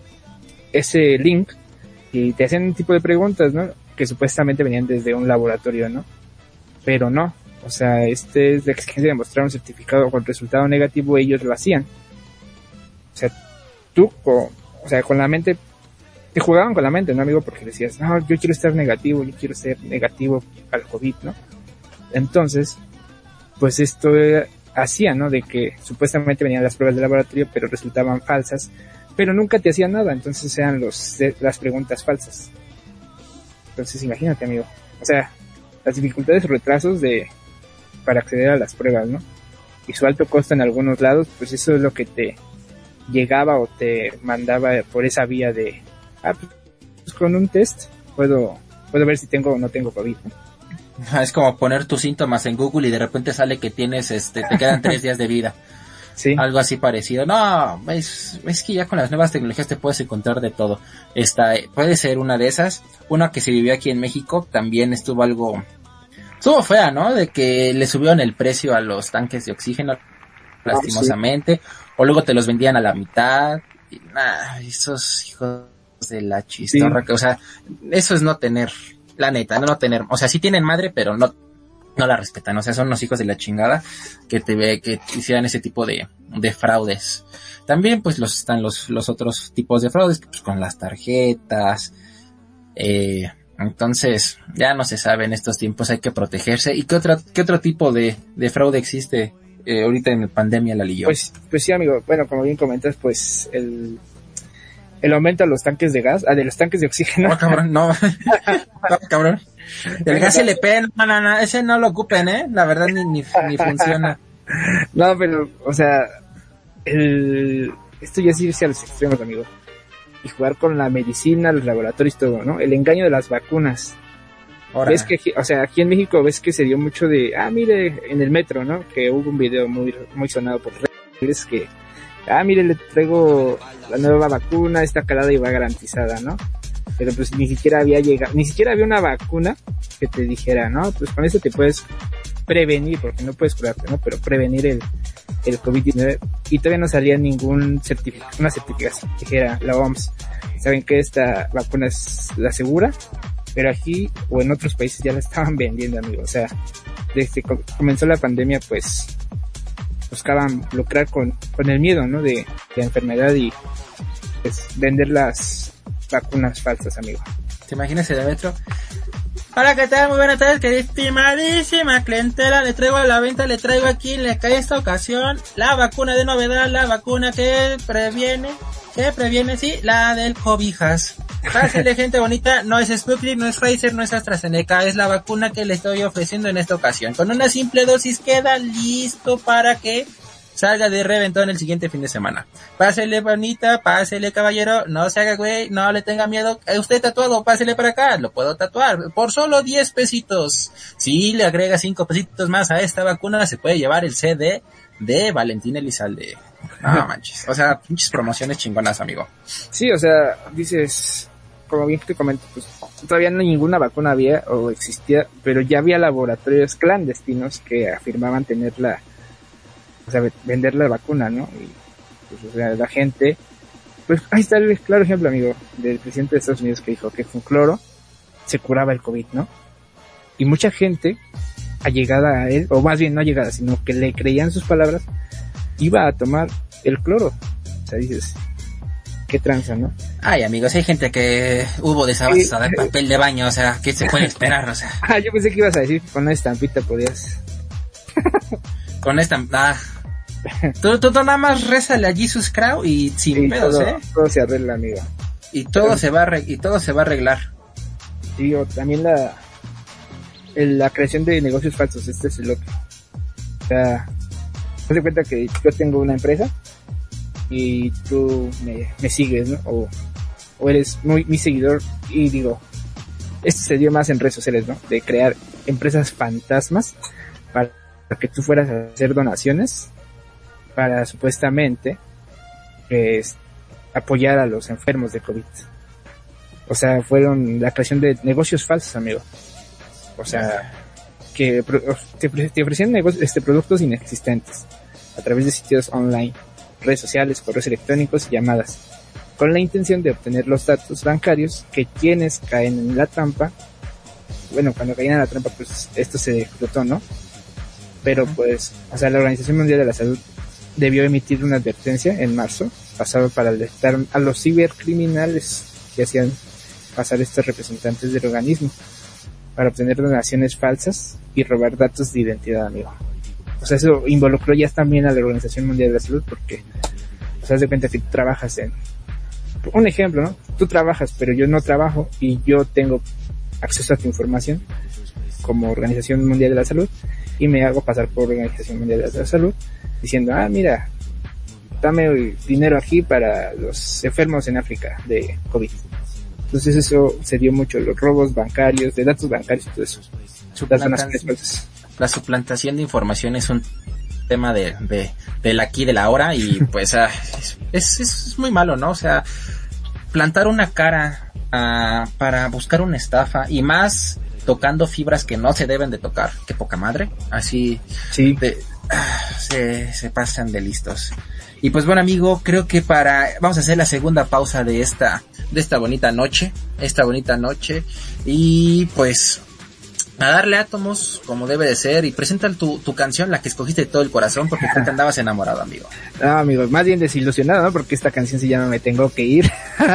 ese link y te hacían un tipo de preguntas, ¿no? Que supuestamente venían desde un laboratorio, ¿no? Pero no. O sea, este es la exigencia de mostrar un certificado con resultado negativo, ellos lo hacían. O sea, tú, con, o sea, con la mente, te jugaban con la mente, ¿no, amigo? Porque decías, no, yo quiero estar negativo, yo quiero ser negativo al COVID, ¿no? Entonces, pues esto hacía, ¿no? De que supuestamente venían las pruebas de laboratorio, pero resultaban falsas, pero nunca te hacían nada, entonces eran los, las preguntas falsas. Entonces, imagínate, amigo. O sea, las dificultades o retrasos de, para acceder a las pruebas, ¿no? Y su alto costo en algunos lados, pues eso es lo que te llegaba o te mandaba por esa vía de, ah, pues con un test puedo, puedo ver si tengo o no tengo COVID, ¿no? Es como poner tus síntomas en Google y de repente sale que tienes, este, te quedan tres días de vida. Sí. Algo así parecido. No, es, es que ya con las nuevas tecnologías te puedes encontrar de todo. Esta, puede ser una de esas. Una que se vivió aquí en México también estuvo algo, estuvo fea, ¿no? De que le subieron el precio a los tanques de oxígeno, lastimosamente. Oh, sí. O luego te los vendían a la mitad. Y, nah, esos hijos de la chistorra. Sí. Que, o sea, eso es no tener, la neta, no, no tener, o sea, sí tienen madre, pero no, no la respetan, o sea, son los hijos de la chingada que te ve, que hicieran ese tipo de, de fraudes. También, pues, los, están los, los otros tipos de fraudes, pues, con las tarjetas, eh, entonces, ya no se sabe en estos tiempos, hay que protegerse. ¿Y qué otro, qué otro tipo de, de fraude existe, eh, ahorita en la pandemia, Lalillo? Pues, pues sí, amigo, bueno, como bien comentas, pues, el, el aumento a los tanques de gas, ah, de los tanques de oxígeno. No, cabrón, no, no cabrón. El gas L P, no, no, no, ese no lo ocupen, ¿eh? La verdad ni, ni, ni funciona. No, pero, o sea, el, esto ya es irse a los extremos, amigo. Y jugar con la medicina, los laboratorios, todo, ¿no? El engaño de las vacunas. Ahora. Ves que, o sea, aquí en México ves que se dio mucho de, ah, mire, en el metro, ¿no? Que hubo un video muy, muy sonado por redes que, ah, mire, le traigo la nueva vacuna, está calada y va garantizada, ¿no? Pero pues ni siquiera había llegado, ni siquiera había una vacuna que te dijera, ¿no? Pues con eso te puedes prevenir, porque no puedes curarte, ¿no? Pero prevenir el, el COVID diecinueve. Y todavía no salía ningún certificado, una certificación que dijera la O M S. Saben que esta vacuna es la segura, pero aquí o en otros países ya la estaban vendiendo, amigo. O sea, desde que comenzó la pandemia, pues, buscaban lucrar con, con el miedo, ¿no? De, de la enfermedad y pues, vender las vacunas falsas, amigo. ¿Te imaginas el metro? Hola, ¿qué tal? Muy buenas tardes, querida estimadísima clientela. Le traigo a la venta, le traigo aquí en esta ocasión la vacuna de novedad, la vacuna que previene, que previene, sí, la del cobijas. Pásale, gente bonita, no es Sputnik, no es Pfizer, no es AstraZeneca, es la vacuna que le estoy ofreciendo en esta ocasión. Con una simple dosis queda listo para que salga de reventón el siguiente fin de semana. Pásele, bonita, pásele, caballero, no se haga güey, no le tenga miedo. Usted tatuado, pásele para acá, lo puedo tatuar por solo diez pesitos. Si le agrega cinco pesitos más a esta vacuna, se puede llevar el C D de Valentín Elizalde. No manches, o sea, pinches promociones chingonas, amigo. Sí, o sea, dices, como bien te comento, pues todavía no ninguna vacuna había o existía, pero ya había laboratorios clandestinos que afirmaban tener la, o sea, vender la vacuna, ¿no? Y pues, o sea, la gente, pues ahí está el claro ejemplo, amigo, del presidente de Estados Unidos que dijo que con cloro se curaba el COVID, ¿no? Y mucha gente allegada a él, o más bien no allegada, sino que le creían sus palabras, iba a tomar el cloro. O sea, dices, qué tranza, ¿no? Ay, amigos, hay gente que hubo desabasto de papel de baño, o sea, ¿qué se puede esperar? O sea. Ah, yo pensé que ibas a decir, con una estampita podías. Con esta, ah. Tú, tú, tú nada más rézale a Jesus Crow y sin sí, pedos, todo, ¿eh? Todo se arregla, amigo. Y todo Pero, se va a re, y todo se va a arreglar. Sí, o también la, el, la creación de negocios falsos, este es el otro. O sea, te das cuenta que yo tengo una empresa y tú me, me sigues, ¿no? O, o eres muy mi seguidor y digo, esto se dio más en redes sociales, ¿no? De crear empresas fantasmas para que tú fueras a hacer donaciones para supuestamente pues, apoyar a los enfermos de COVID. O sea, fueron la creación de negocios falsos, amigo. O sea, que te, te ofrecían negocios, este, productos inexistentes a través de sitios online, redes sociales, correos electrónicos y llamadas, con la intención de obtener los datos bancarios que quienes caen en la trampa, bueno, cuando caían en la trampa, pues esto se explotó, ¿no? Pero pues, o sea, la Organización Mundial de la Salud debió emitir una advertencia en marzo pasado para alertar a los cibercriminales que hacían pasar estos representantes del organismo para obtener donaciones falsas y robar datos de identidad, amigo. O sea, eso involucró ya también a la Organización Mundial de la Salud porque, o sea, haz de cuenta que tú trabajas en, un ejemplo, ¿no? Tú trabajas, pero yo no trabajo y yo tengo acceso a tu información como Organización Mundial de la Salud y me hago pasar por Organización Mundial de la Salud diciendo, ah, mira, dame dinero aquí para los enfermos en África de COVID. Entonces eso se dio mucho, los robos bancarios, de datos bancarios y todo eso. Las donaciones falsas. La suplantación de información es un tema de, de, del aquí, de la ahora y pues ah, es, es, es muy malo, ¿no? O sea, plantar una cara ah, para buscar una estafa y más tocando fibras que no se deben de tocar, qué poca madre, así sí. de, ah, se, se pasan de listos. Y pues bueno, amigo, creo que para, vamos a hacer la segunda pausa de esta, de esta bonita noche, esta bonita noche, y pues, a darle átomos, como debe de ser, y presenta tu, tu canción, la que escogiste de todo el corazón, porque tú te andabas enamorado, amigo. No, amigo, más bien desilusionado, ¿no? Porque esta canción se llama Me Tengo Que Ir.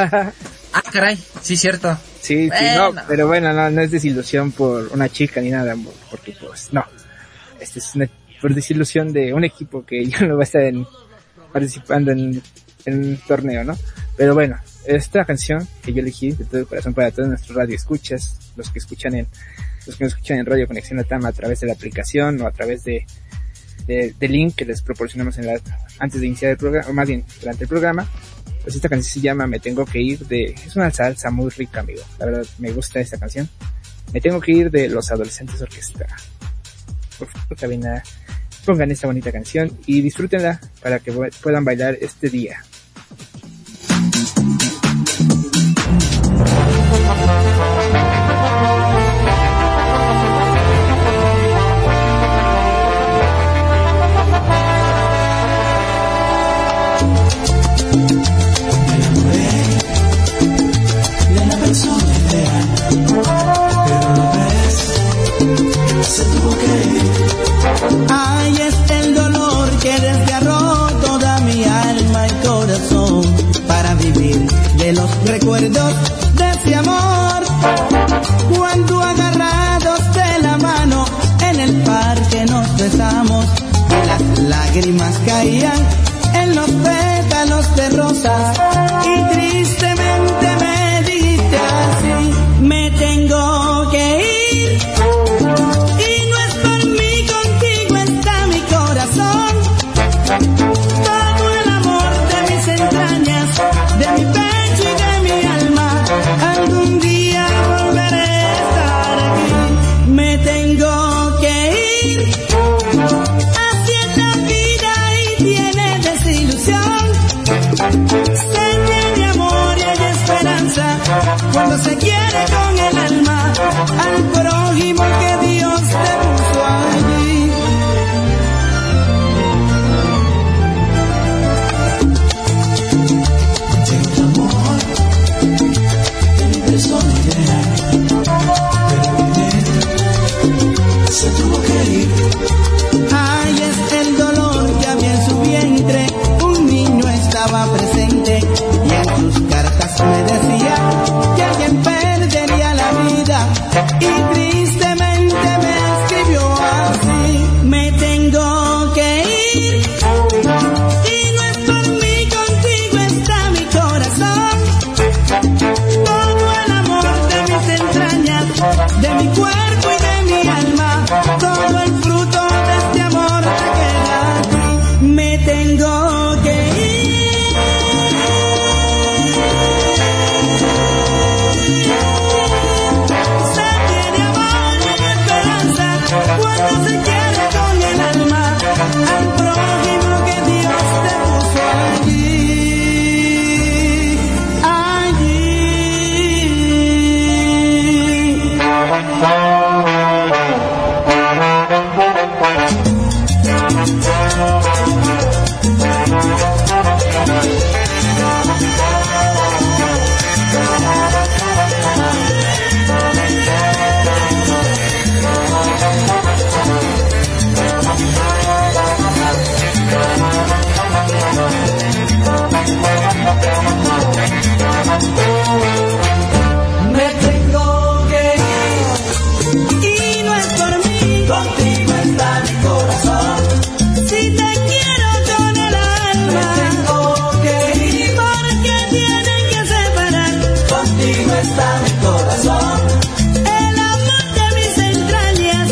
Ah, caray, sí, cierto. Sí, sí, bueno. no, pero bueno, no, no es desilusión por una chica ni nada, porque pues, no. Este es una, por desilusión de un equipo que ya no va a estar en, participando en, en un torneo, ¿no? Pero bueno, esta canción que yo elegí de todo el corazón para todos nuestros radioescuchas, los que escuchan en, los que nos escuchan en Radio Conexión Latam a través de la aplicación o a través de, de, de link que les proporcionamos en la, antes de iniciar el programa, o más bien, durante el programa. Pues esta canción se llama Me Tengo Que Ir de, es una salsa muy rica, amigo. La verdad, me gusta esta canción. Me Tengo Que Ir de Los Adolescentes Orquesta. Por favor, cabina, pongan esta bonita canción y disfrútenla para que puedan bailar este día. Ay, es el dolor que los recuerdos de ese amor. Cuando agarrados de la mano en el parque nos besamos y las lágrimas caían en los pétalos de rosas y tristemente me dijiste así: me tengo que ir y no es por mí, contigo está mi corazón. Todo el amor de mis entrañas, de mi pecho y de mi alma, algún día volveré a estar aquí. Me tengo que ir, así es la vida y tiene desilusión. Se tiene amor y hay esperanza cuando se quiere con el alma al prójimo que Dios te puso allí. Tengo amor, empezó mi idea, pero vivir se tuvo que ir. Ay, es el dolor que había en su vientre, un niño estaba presente y en sus cartas me decía que alguien perdería la vida y tristemente me escribió así: me tengo que ir y no es por mí, contigo está mi corazón. Todo el amor de mis entrañas, de mi cuerpo y de mi alma, todo el fruto de este amor te queda a ti. Me tengo que ir. Se tiene amor y esperanza cuando se quiere con el alma al prójimo que Dios te puso allí, allí. Me tengo que ir y no es por mí, contigo está mi corazón. Si te quiero con el alma, me tengo que ir porque tienen que separar. Contigo está mi corazón, el amor de mis entrañas.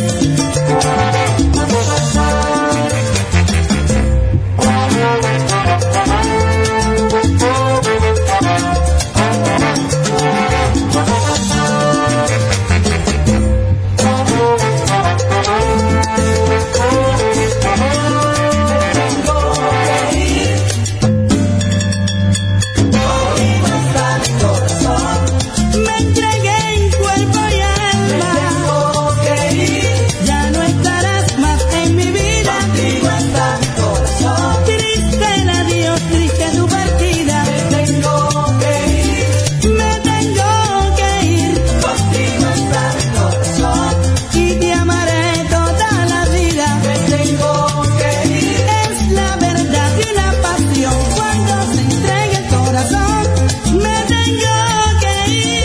Me entregué en cuerpo y alma. Tengo que ir, ya no estarás más en mi vida. Contigo está mi corazón. Triste el adiós, triste tu partida. Me tengo que ir, me tengo que ir. Contigo está mi corazón y te amaré toda la vida. Me tengo que ir, es la verdad y la pasión cuando se entrega el corazón. Me tengo que ir.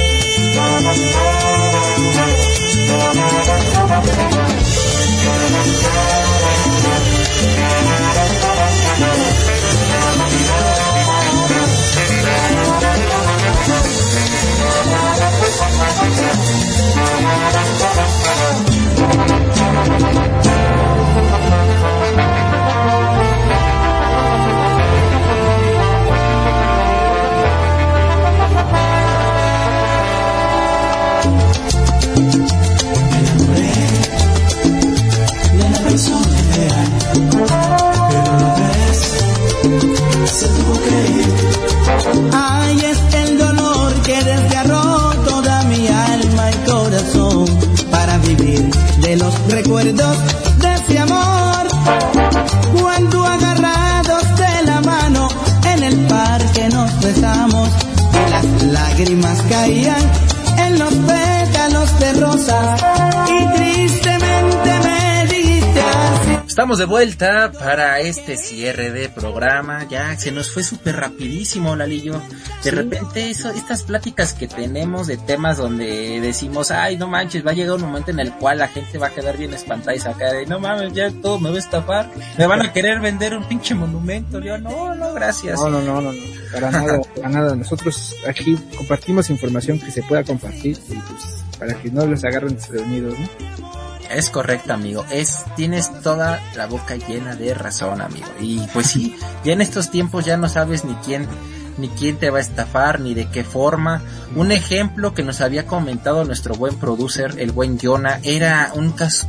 De la persona ideal, pero no ves, se tuvo que ir. Ay, es el dolor que desgarró toda mi alma y corazón para vivir de los recuerdos de ese amor. Cuando agarrados de la mano en el parque nos besamos y las lágrimas caían en los pétalos de rosas y tristemente me dijiste así: Estamos de vuelta para este cierre de programa. Ya se nos fue súper rapidísimo, Lalillo. De sí. repente eso, estas pláticas que tenemos de temas donde decimos, ay, no manches, va a llegar un momento en el cual la gente va a quedar bien espantada y sacar de, no mames, ya todo me va a estafar. Me van a querer vender un pinche monumento. Yo, no, no, gracias. No, no, no, no, no. Para nada, para nada. Nosotros aquí compartimos información que se pueda compartir y pues para que no los agarren desprevenidos, ¿no? Es correcto, amigo. Es, tienes toda la boca llena de razón, amigo. Y pues sí, ya en estos tiempos ya no sabes ni quién, ni quién te va a estafar, ni de qué forma. Un ejemplo que nos había comentado nuestro buen producer, el buen Jonah, era un caso,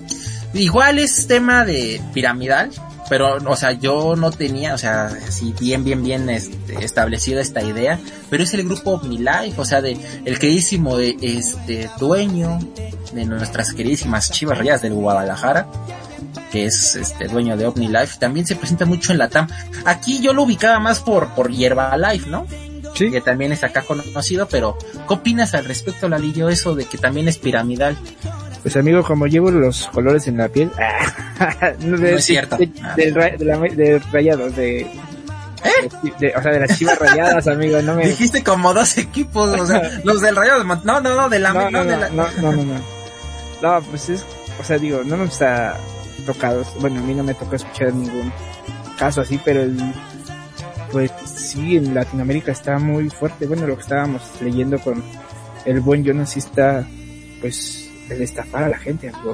igual es tema de piramidal, pero, o sea, yo no tenía, o sea, así bien, bien, bien este, establecida esta idea, pero es el grupo OmniLife, o sea, de el queridísimo este dueño de nuestras queridísimas Chivas Rayadas del Guadalajara, que es este dueño de OmniLife, también se presenta mucho en la T A M. Aquí yo lo ubicaba más por por Herbalife, ¿no? Sí. Que también es acá conocido, pero ¿qué opinas al respecto, Lalillo, eso de que también es piramidal? Pues amigo, como llevo los colores en la piel, no, de, no es cierto. De, de, de, de, la, de rayados, de, ¿Eh? de, de, o sea, de las Chivas Rayadas, amigo, no me... Dijiste como dos equipos, o sea, los del Rayado, no, no, no, de la... No, no, no, de no, la... no, no, no, no, no, pues es, o sea, digo, no nos ha tocado, bueno, a mí no me toca escuchar ningún caso así, pero el, pues sí, en Latinoamérica está muy fuerte, bueno, lo que estábamos leyendo con el buen Jonas sí está, pues... el estafar a la gente, amigo.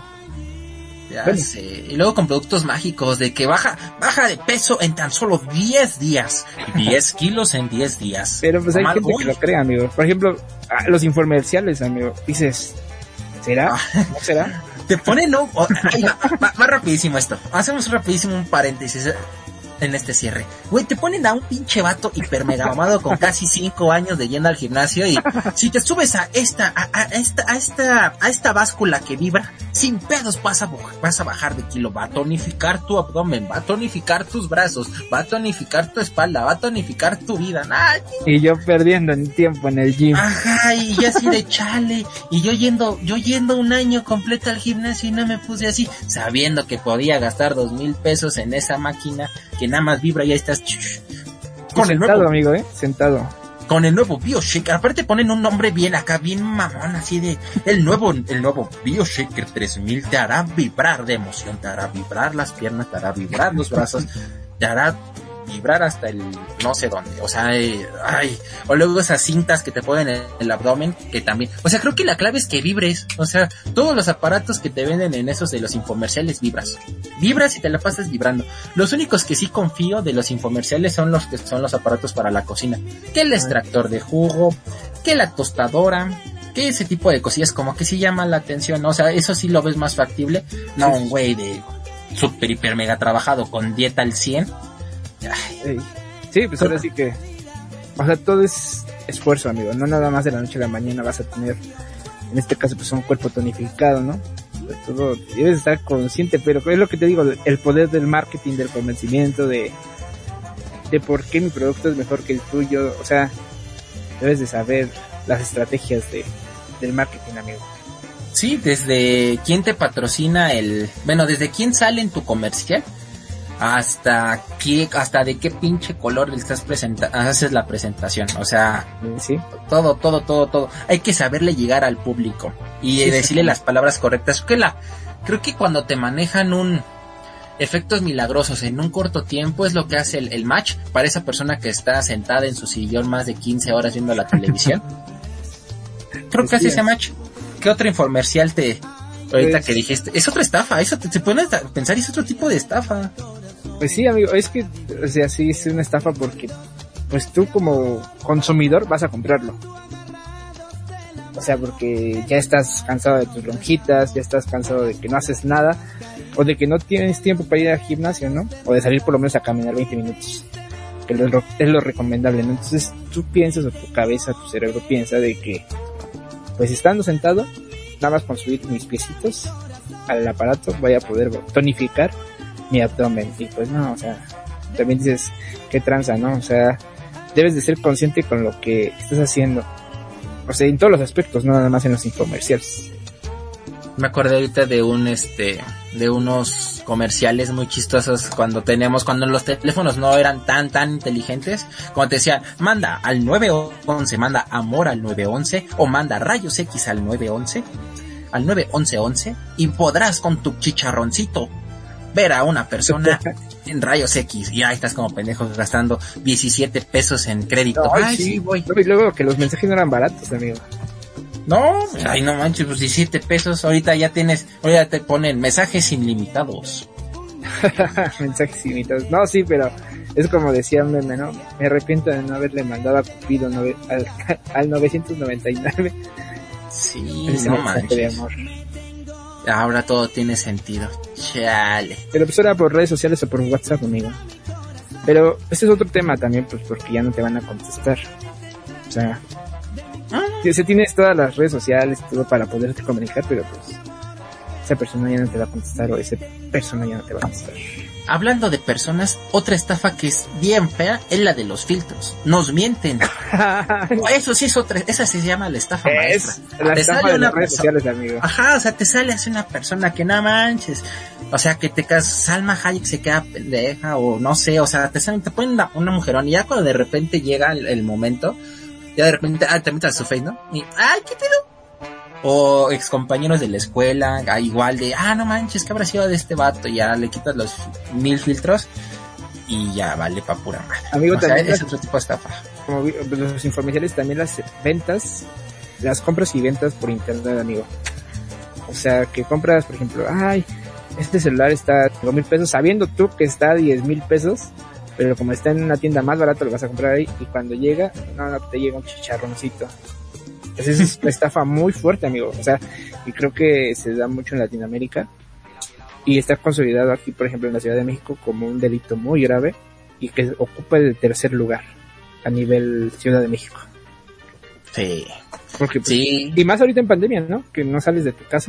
Ya bueno. sé. Y luego con productos mágicos de que baja baja de peso en tan solo diez días. diez kilos en diez días. Pero pues hay gente que lo cree, amigo. Por ejemplo, los infomerciales, amigo. Dices, ¿será? ¿No será? Te ponen, no, oh, ay, va, va, va rapidísimo esto. Hacemos rapidísimo un paréntesis en este cierre. Güey, te ponen a un pinche vato hiper mega mamado con casi cinco años de yendo al gimnasio y si te subes a esta, a, a esta, a esta, a esta báscula que vibra, sin pedos vas a, vas a bajar de kilo, va a tonificar tu abdomen, va a tonificar tus brazos, va a tonificar tu espalda, va a tonificar tu vida. Nah, y yo perdiendo el tiempo en el gym. Ajá, y ya así de chale, y yo yendo, yo yendo un año completo al gimnasio y no me puse así, sabiendo que podía gastar dos mil pesos en esa máquina que nada más vibra y ahí estás con el sentado, nuevo amigo, eh, sentado con el nuevo BioShaker. Aparte ponen un nombre bien acá, bien mamón, así de el nuevo, el nuevo BioShaker tres mil te hará vibrar de emoción, te hará vibrar las piernas, te hará vibrar los brazos, te hará vibrar hasta el no sé dónde, o sea, eh, ay, o luego esas cintas que te ponen en el abdomen, que también, o sea, creo que la clave es que vibres, o sea, todos los aparatos que te venden en esos de los infomerciales vibras, vibras y te la pasas vibrando. Los únicos que sí confío de los infomerciales son los que son los aparatos para la cocina, que el extractor de jugo, que la tostadora, que ese tipo de cosillas como que sí llaman la atención, ¿no? O sea, eso sí lo ves más factible, no un güey de super hiper mega trabajado con dieta al cien. Ay. Sí, pues ahora sí que, o sea, todo es esfuerzo, amigo, no nada más de la noche a la mañana vas a tener, en este caso pues un cuerpo tonificado, ¿no? Todo, debes estar consciente, pero es lo que te digo, el poder del marketing, del convencimiento, de, de por qué mi producto es mejor que el tuyo, o sea, debes de saber las estrategias de, del marketing, amigo. Sí, desde quién te patrocina el, bueno, desde quién sale en tu comercial, hasta qué, hasta de qué pinche color le estás presentando, haces la presentación, o sea, sí, todo, todo, todo, todo, hay que saberle llegar al público y sí, decirle sí. las palabras correctas, que la, creo que cuando te manejan un efectos milagrosos en un corto tiempo es lo que hace el, el match para esa persona que está sentada en su sillón más de quince horas viendo la televisión. Creo que hace ese match. ¿Qué otro infomercial te, ahorita pues, que dijiste? Es otra estafa, eso te, te pones a pensar, es otro tipo de estafa. Pues sí, amigo, es que, o sea, sí es una estafa porque, pues tú como consumidor vas a comprarlo. O sea, porque ya estás cansado de tus lonjitas, ya estás cansado de que no haces nada, o de que no tienes tiempo para ir al gimnasio, ¿no? O de salir por lo menos a caminar veinte minutos, que es lo, es lo recomendable, ¿no? Entonces tú piensas, o tu cabeza, tu cerebro piensa de que, pues estando sentado, nada más con subir mis piecitos al aparato voy a poder tonificar mi abdomen. Y pues no, o sea, también dices, qué tranza, ¿no? O sea, debes de ser consciente con lo que estás haciendo. O sea, en todos los aspectos, no nada más en los infomerciales. Me acordé ahorita de un, este, de unos comerciales muy chistosos cuando teníamos, cuando los teléfonos no eran tan, tan inteligentes, como te decían, manda al nueve once, manda amor al nueve once, o manda rayos X al nueve once, al nueve once once, y podrás con tu chicharroncito ver a una persona en rayos X, y ahí estás como pendejo gastando diecisiete pesos en crédito. Ay, Ay, sí, sí, voy. Y luego que los mensajes no eran baratos, amigo. No, ay, no manches, pues diecisiete pesos, ahorita ya tienes, ahorita te ponen mensajes ilimitados. Mensajes ilimitados. No, sí, pero es como decía un meme, ¿no? Me arrepiento de no haberle mandado a Cupido nove, al, al novecientos noventa y nueve. Sí, Ese no mensaje manches. de amor. Ahora todo tiene sentido. Chale. Pero pues era por redes sociales o por WhatsApp, amigo. Pero ese es otro tema también, pues porque ya no te van a contestar. O sea, si tienes todas las redes sociales, todo para poderte comunicar, pero pues esa persona ya no te va a contestar o esa persona ya no te va a contestar. Hablando de personas, otra estafa que es bien fea es la de los filtros. Nos mienten. Eso sí es otra, esa se llama la estafa Es maestra. la Te estafa sale de una las redes perso- sociales, amigo. Ajá, o sea, te sale así una persona que no manches. O sea, que te casas, Salma Hayek se queda pendeja o no sé, o sea, te salen, te ponen una, una mujerón y ya cuando de repente llega el, el momento, ya de repente, ah, te metes a su face, ¿no? Y, ay, ¿qué pedo? O excompañeros de la escuela, ah, igual de, ah, no manches, ¿qué habrá sido de este vato? Y ya le quitas los mil filtros y ya vale pa' pura madre. Amigo, o sea, también es las- otro tipo de estafa. Como vi- los infomerciales, también las ventas, las compras y ventas por internet, amigo. O sea, que compras, por ejemplo, ay, este celular está a cinco mil pesos, sabiendo tú que está a diez mil pesos, pero como está en una tienda más barata lo vas a comprar ahí, y cuando llega, no, no, te llega un chicharroncito. Entonces es una estafa muy fuerte, amigo. O sea, y creo que se da mucho en Latinoamérica, y está consolidado aquí, por ejemplo, en la Ciudad de México, como un delito muy grave, y que ocupa el tercer lugar a nivel Ciudad de México. Sí. Porque, pues, Sí. y más ahorita en pandemia, ¿no? Que no sales de tu casa.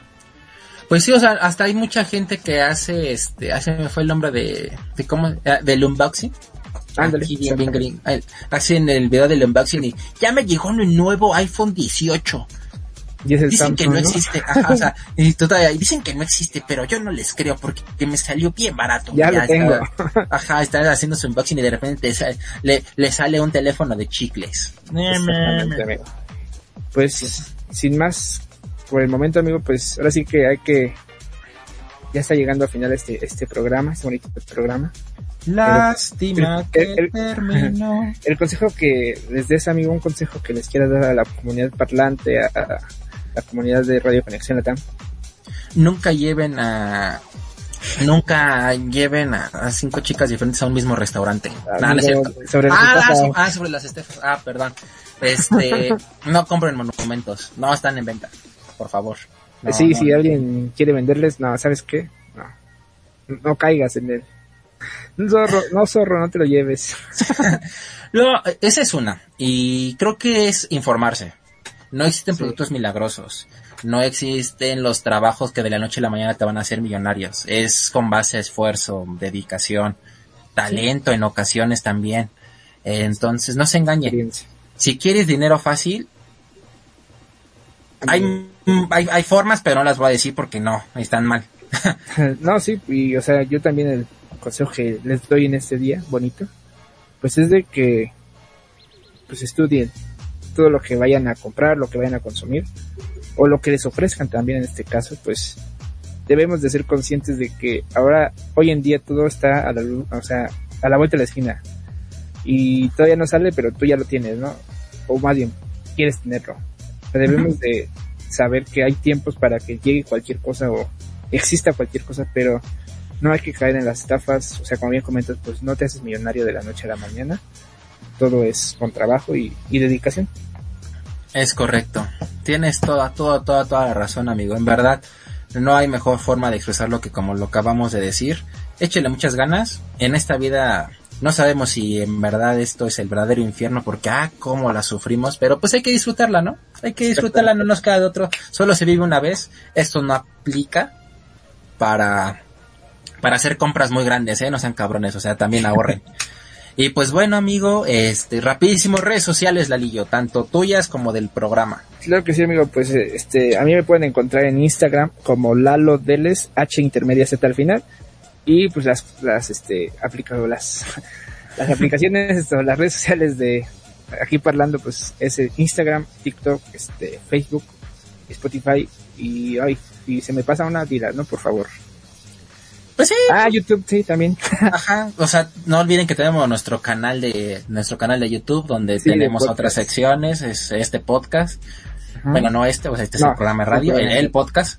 Pues sí, o sea, hasta hay mucha gente que hace, este, hace me fue el nombre de, de cómo, ah, del unboxing. Ándale. Aquí bien, bien gringo. Ay, hacen el video del unboxing y ya me llegó un nuevo iPhone dieciocho. Y es el Dicen Samsung, que no, ¿no? existe, ajá, o sea, y tú todavía, y dicen que no existe, pero yo no les creo porque me salió bien barato. Ya lo tengo. Está, ajá, está haciendo su unboxing y de repente te sale- le, le sale un teléfono de chicles. Exactamente, amigo. Pues, sin más, por el momento, amigo, pues ahora sí que hay que, ya está llegando a final este, este programa, este bonito programa. Lástima el- que el- terminó. El consejo que les des, amigo, un consejo que les quiera dar a la comunidad parlante, a, a la comunidad de Radio Conexión Latam. Nunca lleven a, nunca lleven a, a cinco chicas diferentes a un mismo restaurante. No, no es Amigo, cierto. sobre las Ah, ah, estafas. so- ah, sobre las estafas. Ah, perdón. Este, no compren monumentos. No están en venta. Por favor. No, sí, no, si no. alguien quiere venderles, no, ¿sabes qué? No, no caigas en él. No, zorro, no, zorro, no te lo lleves. No, esa es una. Y creo que es informarse. No existen Sí. productos milagrosos. No existen los trabajos que de la noche a la mañana te van a hacer millonarios. Es con base a esfuerzo, dedicación, talento en ocasiones también. Entonces, no se engañen. Experiencia. Si quieres dinero fácil, hay, mm, hay, hay formas, pero no las voy a decir porque no, están mal. No, sí, y o sea, yo también el consejo que les doy en este día bonito, pues es de que pues estudien todo lo que vayan a comprar, lo que vayan a consumir, o lo que les ofrezcan también en este caso, pues debemos de ser conscientes de que ahora, hoy en día todo está a la luz, o sea, a la vuelta de la esquina, y todavía no sale, pero tú ya lo tienes, ¿no? O más bien, quieres tenerlo. O sea, debemos de saber que hay tiempos para que llegue cualquier cosa o exista cualquier cosa, pero no hay que caer en las estafas. O sea, como bien comentas, pues no te haces millonario de la noche a la mañana. Todo es con trabajo y, y dedicación. Es correcto. Tienes toda, toda, toda, toda la razón, amigo. En verdad, no hay mejor forma de expresarlo que como lo acabamos de decir. Échele muchas ganas. En esta vida no sabemos si en verdad esto es el verdadero infierno porque, ah, cómo la sufrimos. Pero pues hay que disfrutarla, ¿no? Hay que disfrutarla, no nos queda de otro. Solo se vive una vez. Esto no aplica para, para hacer compras muy grandes, ¿eh? No sean cabrones, o sea, también ahorren. Y pues bueno, amigo, este, rapidísimo, redes sociales, Lalillo, tanto tuyas como del programa. Claro que sí, amigo, pues este, a mí me pueden encontrar en Instagram como Lalo Deles, H intermedia Z al final, y pues las, las, este, aplica, las, las aplicaciones, esto, las redes sociales de Aquí Parlando, pues es Instagram, TikTok, este, Facebook, Spotify, y ay, si se me pasa una, dila, ¿no? Por favor. Pues sí. Ah, YouTube, sí, también. Ajá, o sea, no olviden que tenemos nuestro canal de nuestro canal de YouTube donde sí, tenemos otras secciones, es este podcast. Ajá. Bueno, no este, o sea, este no, es el programa de radio, no, el, el podcast.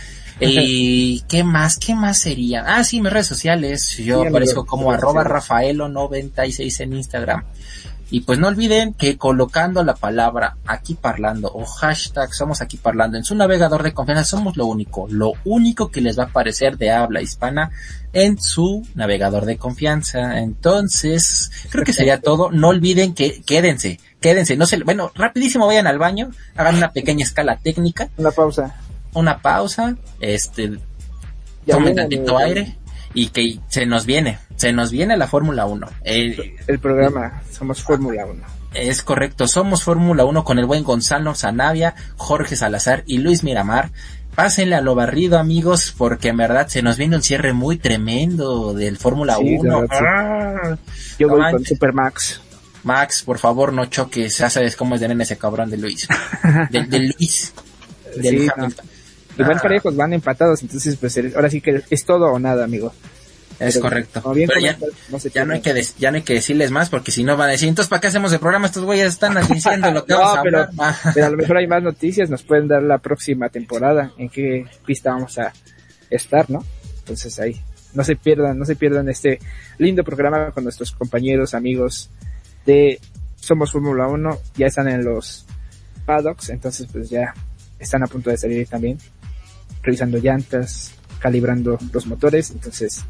Y ¿qué más? ¿Qué más sería? Ah, sí, mis redes sociales. Yo sí, aparezco amigo, como arroba rafaelo noventa y seis en Instagram. Y pues no olviden que colocando la palabra Aquí Parlando o hashtag Somos Aquí Parlando en su navegador de confianza, somos lo único, lo único que les va a aparecer de habla hispana en su navegador de confianza. Entonces, creo que sería todo. No olviden que quédense, quédense, no se, bueno, rapidísimo vayan al baño, hagan una pequeña escala técnica. Una pausa. Una pausa, este, ya tomen tantito aire. Y que se nos viene, se nos viene la Fórmula uno. El, el programa Somos Fórmula uno. Es correcto, Somos Fórmula uno con el buen Gonzalo Sanavia, Jorge Salazar y Luis Miramar. Pásenle a lo barrido, amigos, porque en verdad se nos viene un cierre muy tremendo del Fórmula sí, uno. Ah, Yo no voy manches. Con Super Max. Max, por favor, no choques, ya sabes cómo es de nene ese cabrón de Luis. de, de Luis. Del sí, Hamilton. No. Y van parejos, van empatados, entonces pues ahora sí que es todo o nada, amigo. Es pero, correcto. Bien pero ya, no, ya no hay que de, ya no hay que decirles más porque si no van a decir, entonces ¿para qué hacemos el programa? Estos güeyes están diciendo lo que no, vamos a pero, hablar. Pero a lo mejor hay más noticias, nos pueden dar la próxima temporada, en qué pista vamos a estar, ¿no? Entonces ahí, no se pierdan, no se pierdan este lindo programa con nuestros compañeros, amigos de Somos Fórmula uno, ya están en los paddocks, entonces pues ya están a punto de salir también, revisando llantas, calibrando los motores, entonces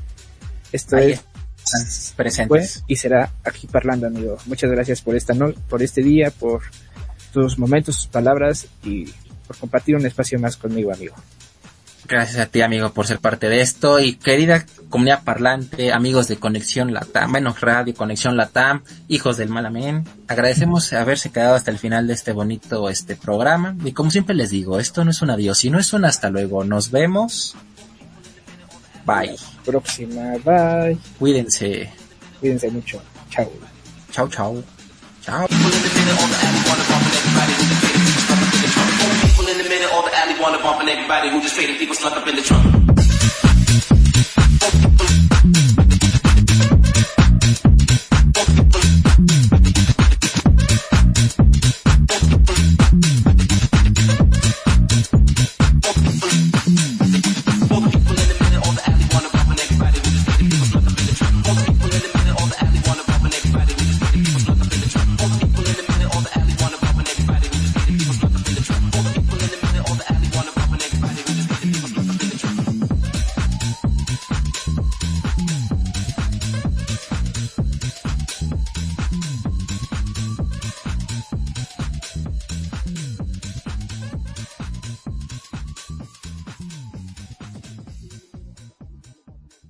esto ahí es presentes fue y será Aquí Parlando, amigo. Muchas gracias por esta no, por este día, por tus momentos, tus palabras y por compartir un espacio más conmigo, amigo. Gracias a ti, amigo, por ser parte de esto. Y querida comunidad parlante, amigos de Conexión Latam, bueno, Radio Conexión Latam, hijos del Malamén, agradecemos haberse quedado hasta el final de este bonito este programa. Y como siempre les digo, esto no es un adiós, sino es un hasta luego. Nos vemos. Bye. Próxima, bye. Cuídense. Cuídense mucho. Chao. Chao, chao. Chao. People in the middle, all the alley wanna bump and everybody who just faded, people slunk up in the trunk.